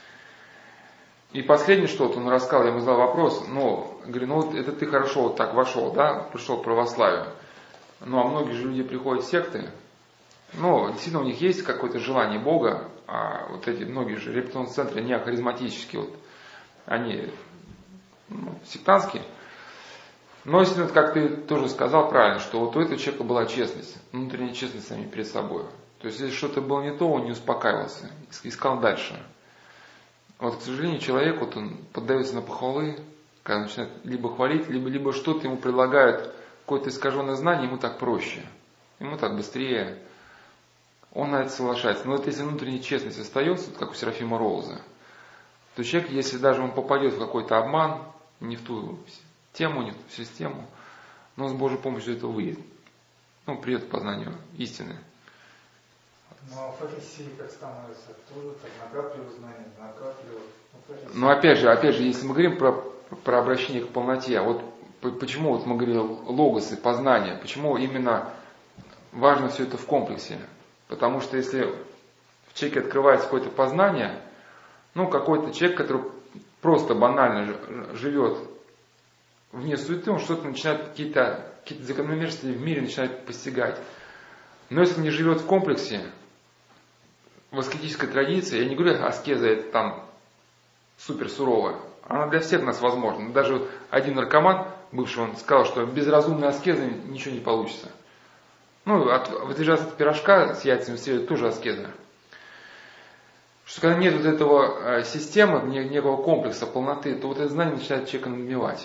И последнее что-то он рассказал, я ему задал вопрос, ну, говорю, ну вот это ты хорошо вот так вошел, да, пришел к православию. Ну, а многие же люди приходят в секты, ну, действительно у них есть какое-то желание Бога, а вот эти многие же реабилитационные центры неохаризматические, вот, они ну, сектантские. Но если, вот, как ты тоже сказал правильно, что вот у этого человека была честность, внутренняя честность сами перед собой. То есть, если что-то было не то, он не успокаивался, искал дальше. Вот, к сожалению, человек, вот он поддается на похвалы, когда начинает либо хвалить, либо, либо что-то ему предлагают, какое-то искаженное знание, ему так проще, ему так быстрее, он на это соглашается. Но вот если внутренняя честность остается, как у Серафима Роуза, то человек, если даже он попадет в какой-то обман, не в ту тему, не в ту систему, но с Божьей помощью это выйдет. Ну, придет к познанию истины. Но фарисеи как становятся, тоже так накапливают знания, накапливают. Но опять же, опять же, если мы говорим про, про обращение к полноте, вот почему вот мы говорили логосы, познание, почему именно важно все это в комплексе? Потому что если в человеке открывается какое-то познание, ну, какой-то человек, который просто банально живет вне суеты, он что-то начинает, какие-то, какие-то закономерности в мире начинает постигать. Но если не живет в комплексе, в аскетической традиции, я не говорю, аскеза это там супер суровая, она для всех нас возможна. Даже один наркоман, бывший, он сказал, что без разумной аскезы ничего не получится. Ну, от, воздержаться от пирожка с яйцами следует тоже аскеза. Что когда нет вот этого системы, некого комплекса, полноты, то вот это знание начинает человека надмевать.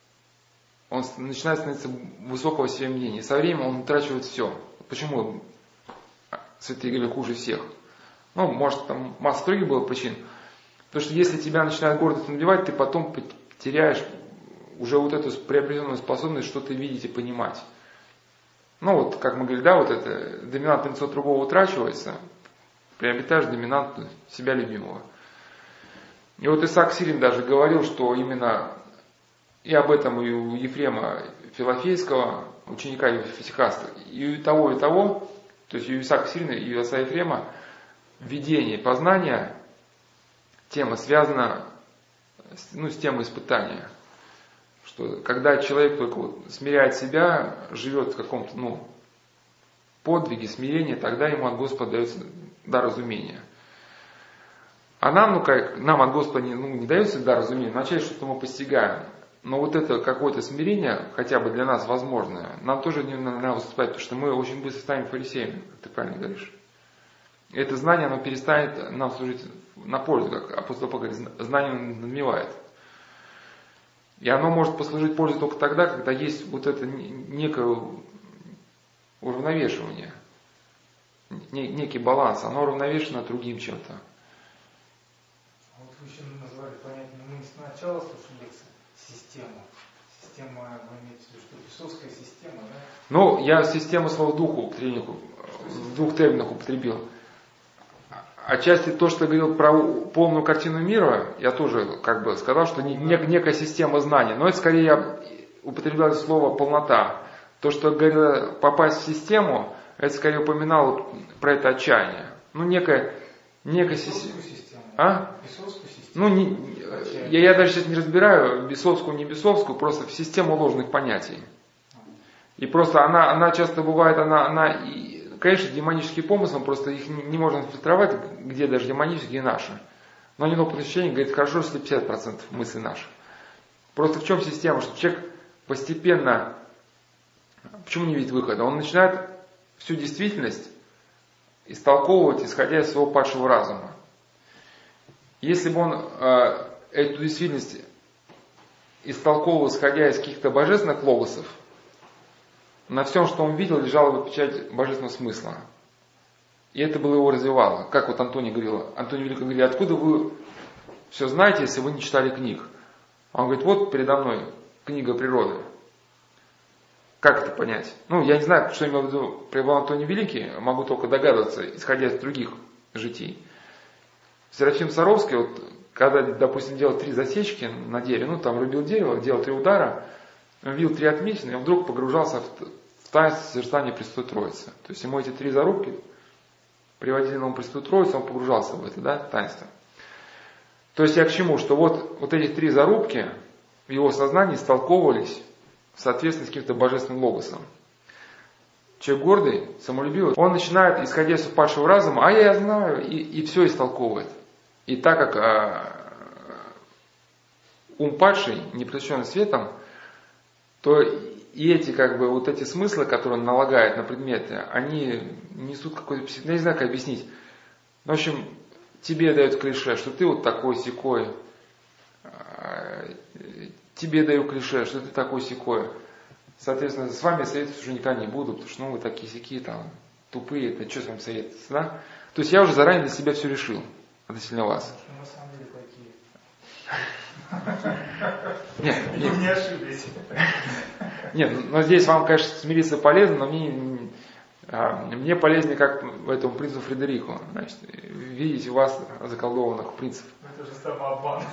Он начинает становиться высокого себе мнения. И со временем он утрачивает все. Почему святые говорили хуже всех? Ну, может, там масса других было причин. Потому что если тебя начинает гордость надевать, ты потом теряешь уже вот эту приобретенную способность что-то видеть и понимать. Ну, вот, как мы говорили, да, вот это доминантное лицо другого утрачивается, приобретаешь доминантную себя любимого. И вот Исаак Сирин даже говорил, что именно и об этом и у Ефрема Филофейского, ученика Фисихаста, и у того, и того, то есть и у Исаака Сирина, и у отца Ефрема, видение, познание, тема связана ну, с темой испытания. Что когда человек только вот смиряет себя, живет в каком-то ну, подвиге, смирении, тогда ему от Господа дается дар разумения. А нам, ну как, нам от Господа не, ну, не дается дар разумения, вначале что-то мы постигаем. Но вот это какое-то смирение, хотя бы для нас возможное, нам тоже не надо выступать, потому что мы очень быстро станем фарисеями, как ты правильно говоришь. Это знание, оно перестанет нам служить на пользу, как апостол Павел говорит, знание надмевает. И оно может послужить пользу только тогда, когда есть вот это некое уравновешивание, некий баланс, оно уравновешено другим чем-то. Вот вы еще назвали понятие, мы сначала слушали лекции, система. Система, вы имеете в виду, что бесовская система, да? Ну, я систему слова духу, в двух терминах употребил. Отчасти то, что я говорил про полную картину мира, я тоже как бы сказал, что не, не, некая система знаний. Но это скорее я употреблял слово полнота. То, что говорило попасть в систему, это скорее упоминал про это отчаяние. Ну, некая, некая система. А? Бесовскую систему? Ну, не, я, я даже сейчас не разбираю бесовскую, не бесовскую, просто в систему ложных понятий. И просто она, она часто бывает, она, она конечно, демонические помыслы, просто их не, не можно фильтровать, где даже демонические, где наши. Но они опыт ощущения говорит, хорошо, если пятьдесят процентов мысли наши. Просто в чем система, что человек постепенно, почему не видит выхода? Он начинает всю действительность истолковывать, исходя из своего падшего разума. Если бы он э, эту действительность истолковывал, исходя из каких-то божественных логосов, на всем, что он видел, лежала бы печать божественного смысла. И это было его развивало. Как вот Антоний говорил, Антоний Великий говорит, откуда вы все знаете, если вы не читали книг? Он говорит, вот передо мной книга природы. Как это понять? Ну, я не знаю, что имел в виду преподавал Антоний Великий, могу только догадываться, исходя из других житий. Серафим Саровский, вот, когда, допустим, делал три засечки на дереве, ну, там рубил дерево, делал три удара, он видел три отметины, и он вдруг погружался в, в таинство созерцания Пресвятой Троицы. То есть ему эти три зарубки приводили на Пресвятую Троицу, он погружался в это, да, таинство. То есть я к чему? Что вот, вот эти три зарубки в его сознании истолковывались в соответствии с каким-то божественным логосом. Человек гордый, самолюбивый, он начинает, исходя из упадшего разума, а я знаю, и, и все истолковывает. И так как а, ум падший, не просвещенный светом, то и эти, как бы, вот эти смыслы, которые он налагает на предметы, они несут какой-то, я не знаю, как объяснить. В общем, тебе дают клише, что ты вот такой-сякой, тебе даю клише, что ты такой-сякой. Соответственно, с вами советоваться уже никогда не буду, потому что ну, вы такие-сякие, там, тупые, это что с вами советоваться, да? То есть я уже заранее для себя все решил относительно вас. На самом деле такие. Нет, нет. Не ошиблись. Нет, но здесь вам, конечно, смириться полезно, но мне, мне полезнее, как в этом принципу Фредерику. Значит, видеть у вас заколдованных принцев. Это же самообман.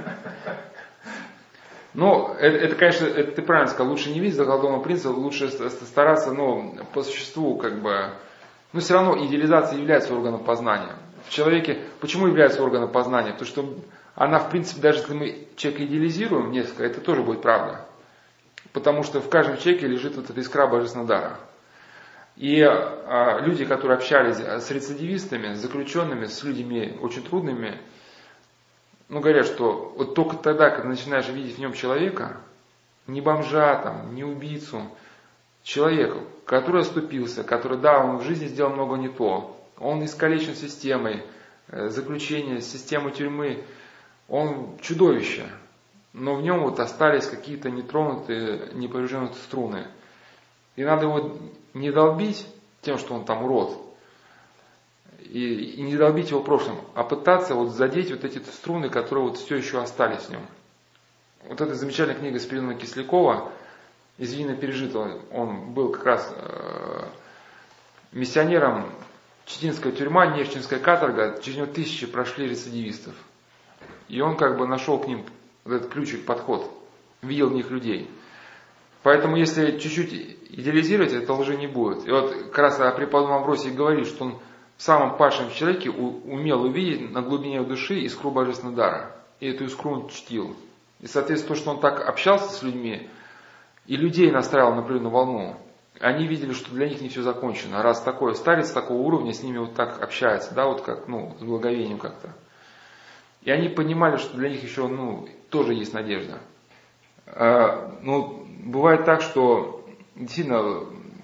Ну, это, это, конечно, это ты правильно сказал, лучше не видеть заколдованного принца, лучше стараться, ну, по существу, как бы, но все равно идеализация является органом познания. В человеке, почему является органом познания? Потому что она, в принципе, даже если мы человека идеализируем несколько, это тоже будет правда. Потому что в каждом человеке лежит вот эта искра божественного дара. И а, люди, которые общались с рецидивистами, с заключенными, с людьми очень трудными, ну, говорят, что вот только тогда, когда начинаешь видеть в нем человека, не бомжа, там, не убийцу, человека, который оступился, который, да, он в жизни сделал много не то, он искалечен системой заключения, системой тюрьмы, он чудовище, но в нем вот остались какие-то нетронутые, неповрежденные струны. И надо его не долбить тем, что он там урод, и, и не долбить его прошлым, а пытаться вот задеть вот эти струны, которые вот все еще остались в нем. Вот эта замечательная книга Спиридона Кислякова «Из Вина пережитого», он был как раз э, миссионером, Читинская тюрьма, Нерчинская каторга, через него тысячи прошли рецидивистов. И он как бы нашел к ним вот этот ключик, подход, видел в них людей. Поэтому если чуть-чуть идеализировать, это лжи не будет. И вот как раз о преподобном Амвросии говорит, что он в самом падшем человеке умел увидеть на глубине души искру божественного дара. И эту искру он чтил. И, соответственно, то, что он так общался с людьми, и людей настраивал на определенную волну, они видели, что для них не все закончено. Раз такой старец такого уровня с ними вот так общается, да, вот как, ну, с благовением как-то. И они понимали, что для них еще, ну, тоже есть надежда. А, ну, бывает так, что действительно,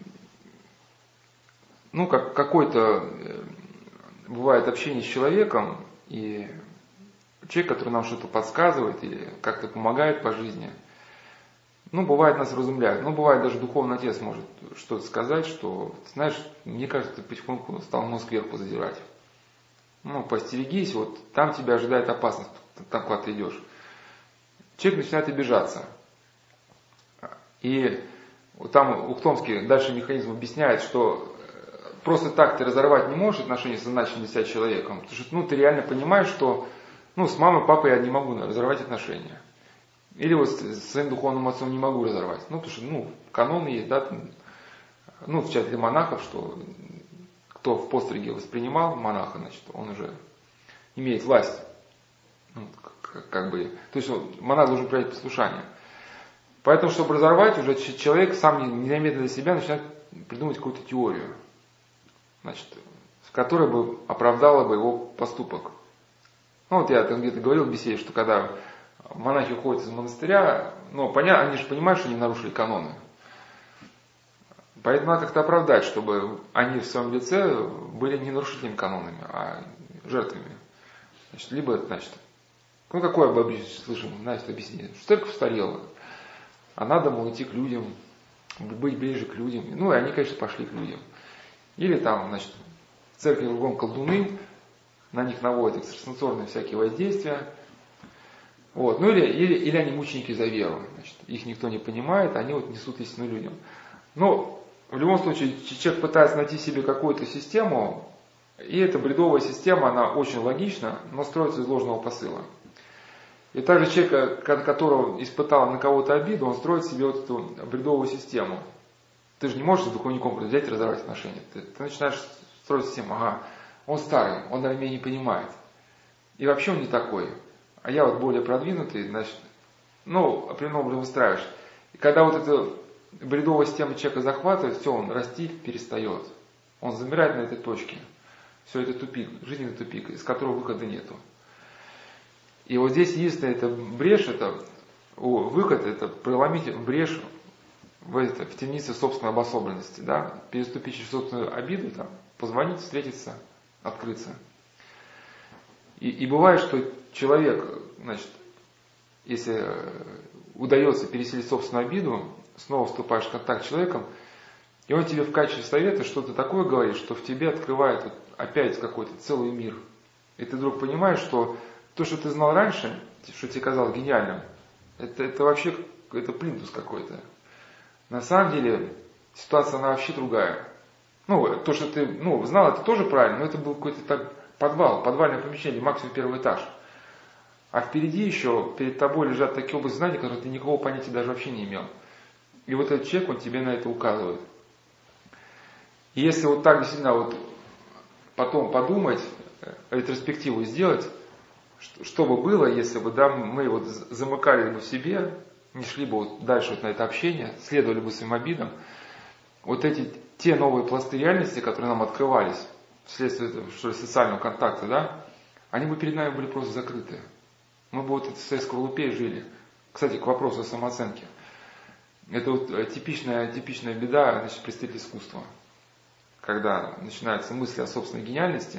ну, как какой-то бывает общение с человеком, и человек, который нам что-то подсказывает или как-то помогает по жизни, ну, бывает нас разумляют. Ну, бывает даже духовный отец может что-то сказать, что, знаешь, мне кажется, ты потихоньку стал мозг кверху задирать. Ну, постерегись, вот там тебя ожидает опасность, там куда ты идешь. Человек начинает обижаться. И вот там Ухтомский дальше механизм объясняет, что просто так ты разорвать не можешь отношения с назначенным для себя человеком, потому что ну, ты реально понимаешь, что ну, с мамой, папой я не могу разорвать отношения. Или вот с своим духовным отцом не могу разорвать. Ну, потому что, ну, каноны есть, да, там, ну, в частности для монахов, что кто в постриге воспринимал монаха, значит, он уже имеет власть. Ну, как, как бы, то есть он, монах должен проявить послушание. Поэтому, чтобы разорвать, уже человек сам незаметно для себя начинает придумать какую-то теорию, значит, которая бы оправдала бы его поступок. Ну, вот я там где-то говорил в беседе, что когда монахи уходят из монастыря, ну, понятно, они же понимают, что они нарушили каноны. Поэтому надо как-то оправдать, чтобы они в своем лице были не нарушителями канонами, а жертвами. Значит, либо, значит, ну, какое бы слышим, знаете, объяснение, что церковь устарела, а надо, мол, идти к людям, быть ближе к людям. Ну, и они, конечно, пошли к людям. Или там, значит, в церкви кругом колдуны, на них наводят экстрасенсорные всякие воздействия. Вот. Ну, или, или, или они мученики за веру. Значит, их никто не понимает, они вот несут истину людям. Но в любом случае человек пытается найти себе какую-то систему, и эта бредовая система, она очень логична, но строится из ложного посыла. И также человек, которого испытал на кого-то обиду, он строит себе вот эту бредовую систему. Ты же не можешь с духовником взять и разорвать отношения. Ты, ты начинаешь строить систему, ага, он старый, он, наверное, меня не понимает. И вообще он не такой. А я вот более продвинутый, значит, ну, определенным образом выстраиваешь. И когда вот эта бредовая система человека захватывает, все, он расти перестает. Он замирает на этой точке. Все, это тупик, жизненный тупик, из которого выхода нету. И вот здесь единственная эта брешь, это, о, выход, это проломить брешь в, это, в темнице собственной обособленности, да, переступить через собственную обиду, там, позвонить, встретиться, открыться. И, и бывает, что человек, значит, если удается переселить собственную обиду, снова вступаешь в контакт с человеком, и он тебе в качестве совета что-то такое говорит, что в тебе открывает вот опять какой-то целый мир. И ты вдруг понимаешь, что то, что ты знал раньше, что тебе казалось гениальным, это, это вообще это плинтус какой-то. На самом деле ситуация она вообще другая. Ну, то, что ты ну, знал, это тоже правильно, но это был какой-то так подвал, подвальное помещение, максимум первый этаж. А впереди еще, перед тобой лежат такие области знаний, которые ты никакого понятия даже вообще не имел. И вот этот человек, он тебе на это указывает. И если вот так действительно вот потом подумать, ретроспективу сделать, что, что бы было, если бы да, мы вот замыкали бы в себе, не шли бы вот дальше вот на это общение, следовали бы своим обидам, вот эти те новые пласты реальности, которые нам открывались вследствие что ли, социального контакта, да, они бы перед нами были просто закрыты. Мы бы вот в своей скорлупе жили. Кстати, к вопросу о самооценке. Это вот типичная, типичная беда, значит, представителей искусства. Когда начинаются мысли о собственной гениальности,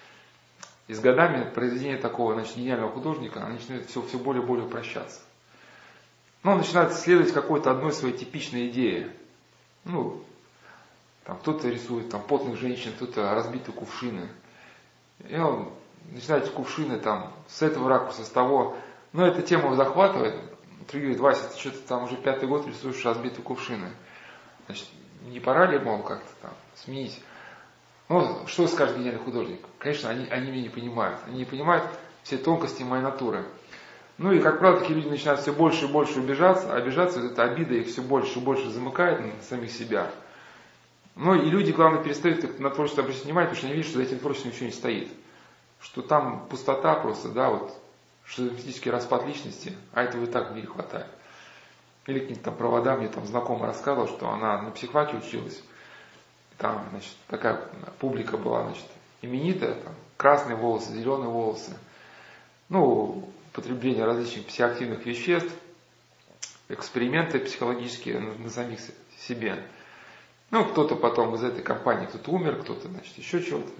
и с годами произведение такого, значит, гениального художника, оно начинает все, все более и более упрощаться. Но он начинает следовать какой-то одной своей типичной идее. Ну, там кто-то рисует там, потных женщин, кто-то разбитые кувшины. И он начинает эти кувшины там, с этого ракурса, с того. Но эта тема его захватывает. Другой говорит: Вася, ты что-то там уже пятый год рисуешь разбитые кувшины. Значит, не пора ли, мол, как-то там сменить? Ну, что скажет гениальный художник? Конечно, они, они меня не понимают. Они не понимают все тонкости моей натуры. Ну и, как правило, такие люди начинают все больше и больше обижаться. Обижаться, вот эта обида их все больше и больше замыкает на самих себя. Ну и люди, главное, перестают на творчество обращать внимание, потому что они видят, что за этим творчеством ничего не стоит. Что там пустота просто, да, вот, шизофренический распад личности, а этого и так в мире хватает. Или какие-то там провода, мне там знакомый рассказывал, что она на психфаке училась. Там, значит, такая публика была, значит, именитая, там, красные волосы, зеленые волосы. Ну, употребление различных психоактивных веществ, эксперименты психологические на, на самих себе. Ну, кто-то потом из этой компании, кто-то умер, кто-то, значит, еще чего-то.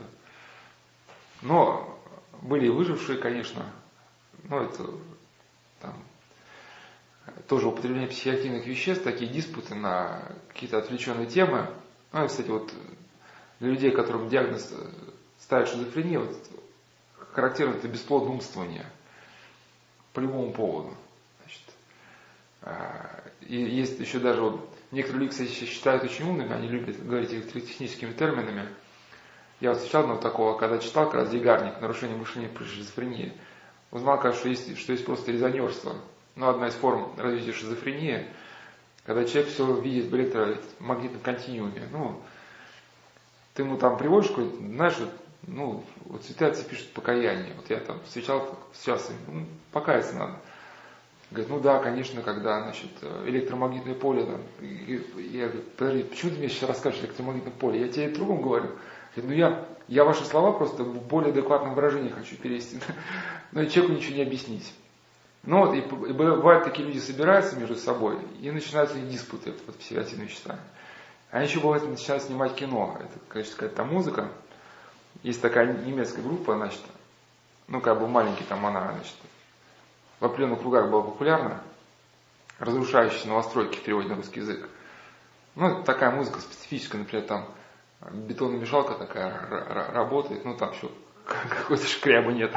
Но были и выжившие, конечно. Ну, это там тоже употребление психоактивных веществ, такие диспуты на какие-то отвлеченные темы. Ну, и, кстати, вот для людей, которым диагноз ставят шизофрению, вот, характерно это бесплодное умствование по любому поводу. Значит, и есть еще даже вот, некоторые люди, кстати, считают очень умными, они любят говорить электротехническими терминами. Я вот встречал одного такого, когда читал как раз Дейгарник «Нарушение мышления при шизофрении», узнал, кажется, что есть, что есть просто резонерство. Ну, одна из форм развития шизофрении, когда человек все видит в электромагнитном континууме. Ну, ты ему там приводишь какой-то, знаешь, вот, ну, вот цветятся пишут покаяние. Вот я там встречал сейчас, ну, покаяться надо. Говорит, ну да, конечно, когда, значит, электромагнитное поле там. И я говорю, подожди, почему ты мне сейчас расскажешь электромагнитное поле? Я тебе и другом говорю. Говорит, ну я, я ваши слова просто в более адекватном выражении хочу перевести. Но человеку ничего не объяснить. Ну вот, и, и бывают такие люди собираются между собой, и начинаются их диспуты под психоактивными веществами. Они еще бывает начинают снимать кино. Это, конечно, какая-то музыка. Есть такая немецкая группа, значит, ну как бы маленький там она, значит, в определенных кругах была популярна, разрушающая новостройки в переводе на русский язык. Ну, это такая музыка специфическая, например, там бетономешалка такая работает, ну там еще какой-то шкряба нет.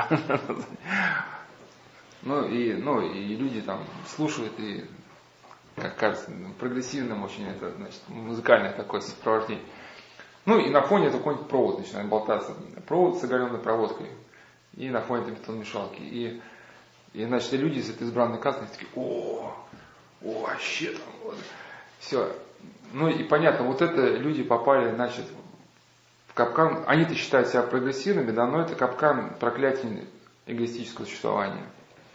Ну и, ну и люди там слушают, и, как кажется, прогрессивным очень это, значит, музыкальное такое сопровождение. Ну и на фоне какой-нибудь провод начинает болтаться. Провод с оголенной проводкой. И на фоне этой бетономешалки. И, и значит, люди из этой избранной касты такие, о, о, вообще там, вот. Все. Ну и понятно, вот это люди попали, значит, в капкан. Они-то считают себя прогрессивными, да, но это капкан проклятия эгоистического существования.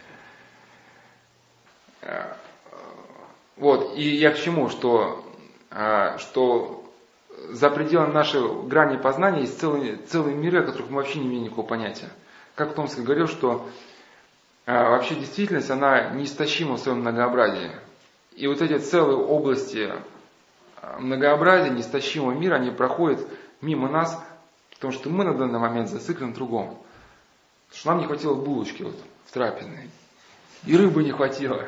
Вот, и я к чему, что, что за пределами нашей грани познания есть целые, целые миры, о которых мы вообще не имеем никакого понятия. Как Томский говорил, что вообще действительность, она неистощима в своем многообразии. И вот эти целые области многообразия, неистощимого мира, они проходят мимо нас, потому что мы на данный момент зациклены в другом. Потому что нам не хватило булочки вот, в трапезной. И рыбы не хватило.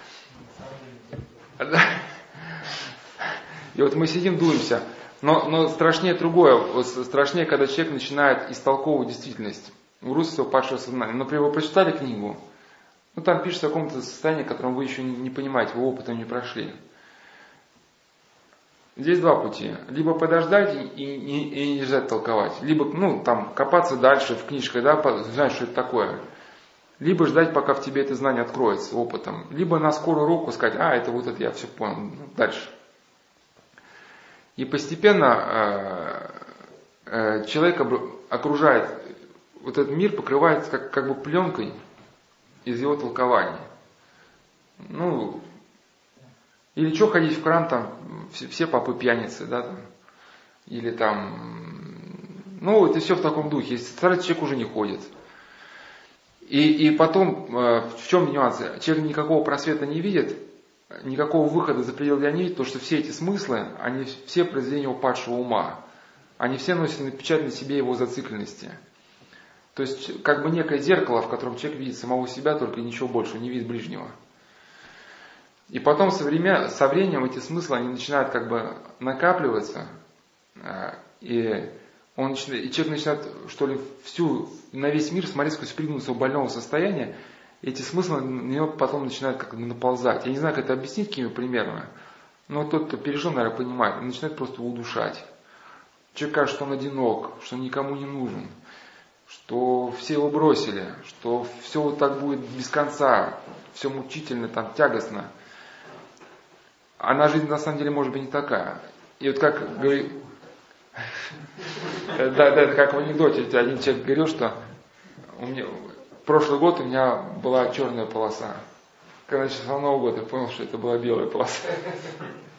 И вот мы сидим, дуемся. Но, но страшнее другое. Вот страшнее, когда человек начинает истолковывать действительность. У русского падшего сознания. Например, вы прочитали книгу, ну там пишется о каком-то состоянии, котором вы еще не, не понимаете, вы опытом не прошли. Здесь два пути. Либо подождать и, и, и не ждать толковать. Либо, ну, там, копаться дальше в книжках, да, знать, что это такое. Либо ждать, пока в тебе это знание откроется опытом. Либо на скорую руку сказать, а, это вот это я все понял. Ну, дальше. И постепенно э, э, человек окружает, вот этот мир покрывает как, как бы пленкой из его толкований. Ну, или что ходить в храм, там, все, все попы пьяницы, да, там, или там, ну, это все в таком духе. Старый человек уже не ходит. И, и потом, э, в чем нюансы? Человек никакого просвета не видит, никакого выхода за пределы не видит, потому что все эти смыслы, они все произведения упадшего ума. Они все носят печать на себе его зацикленности. То есть, как бы некое зеркало, в котором человек видит самого себя, только ничего больше, не видит ближнего. И потом со, время, со временем эти смыслы, они начинают как бы накапливаться, и, он начинает, и человек начинает, что ли, всю, на весь мир смотреть сквозь призму своего больного состояния, и эти смыслы на него потом начинают как бы наползать. Я не знаю, как это объяснить какими примерами, но тот, кто пережил, наверное, понимает, он начинает просто удушать. Человек кажется, что он одинок, что он никому не нужен, что все его бросили, что все вот так будет без конца, все мучительно, там, тягостно. А жизнь на самом деле может быть не такая. И вот как говорит, да, да, это как в анекдоте, один человек говорил, что у меня, прошлый год у меня была черная полоса. Когда начался Новый год, я понял, что это была белая полоса.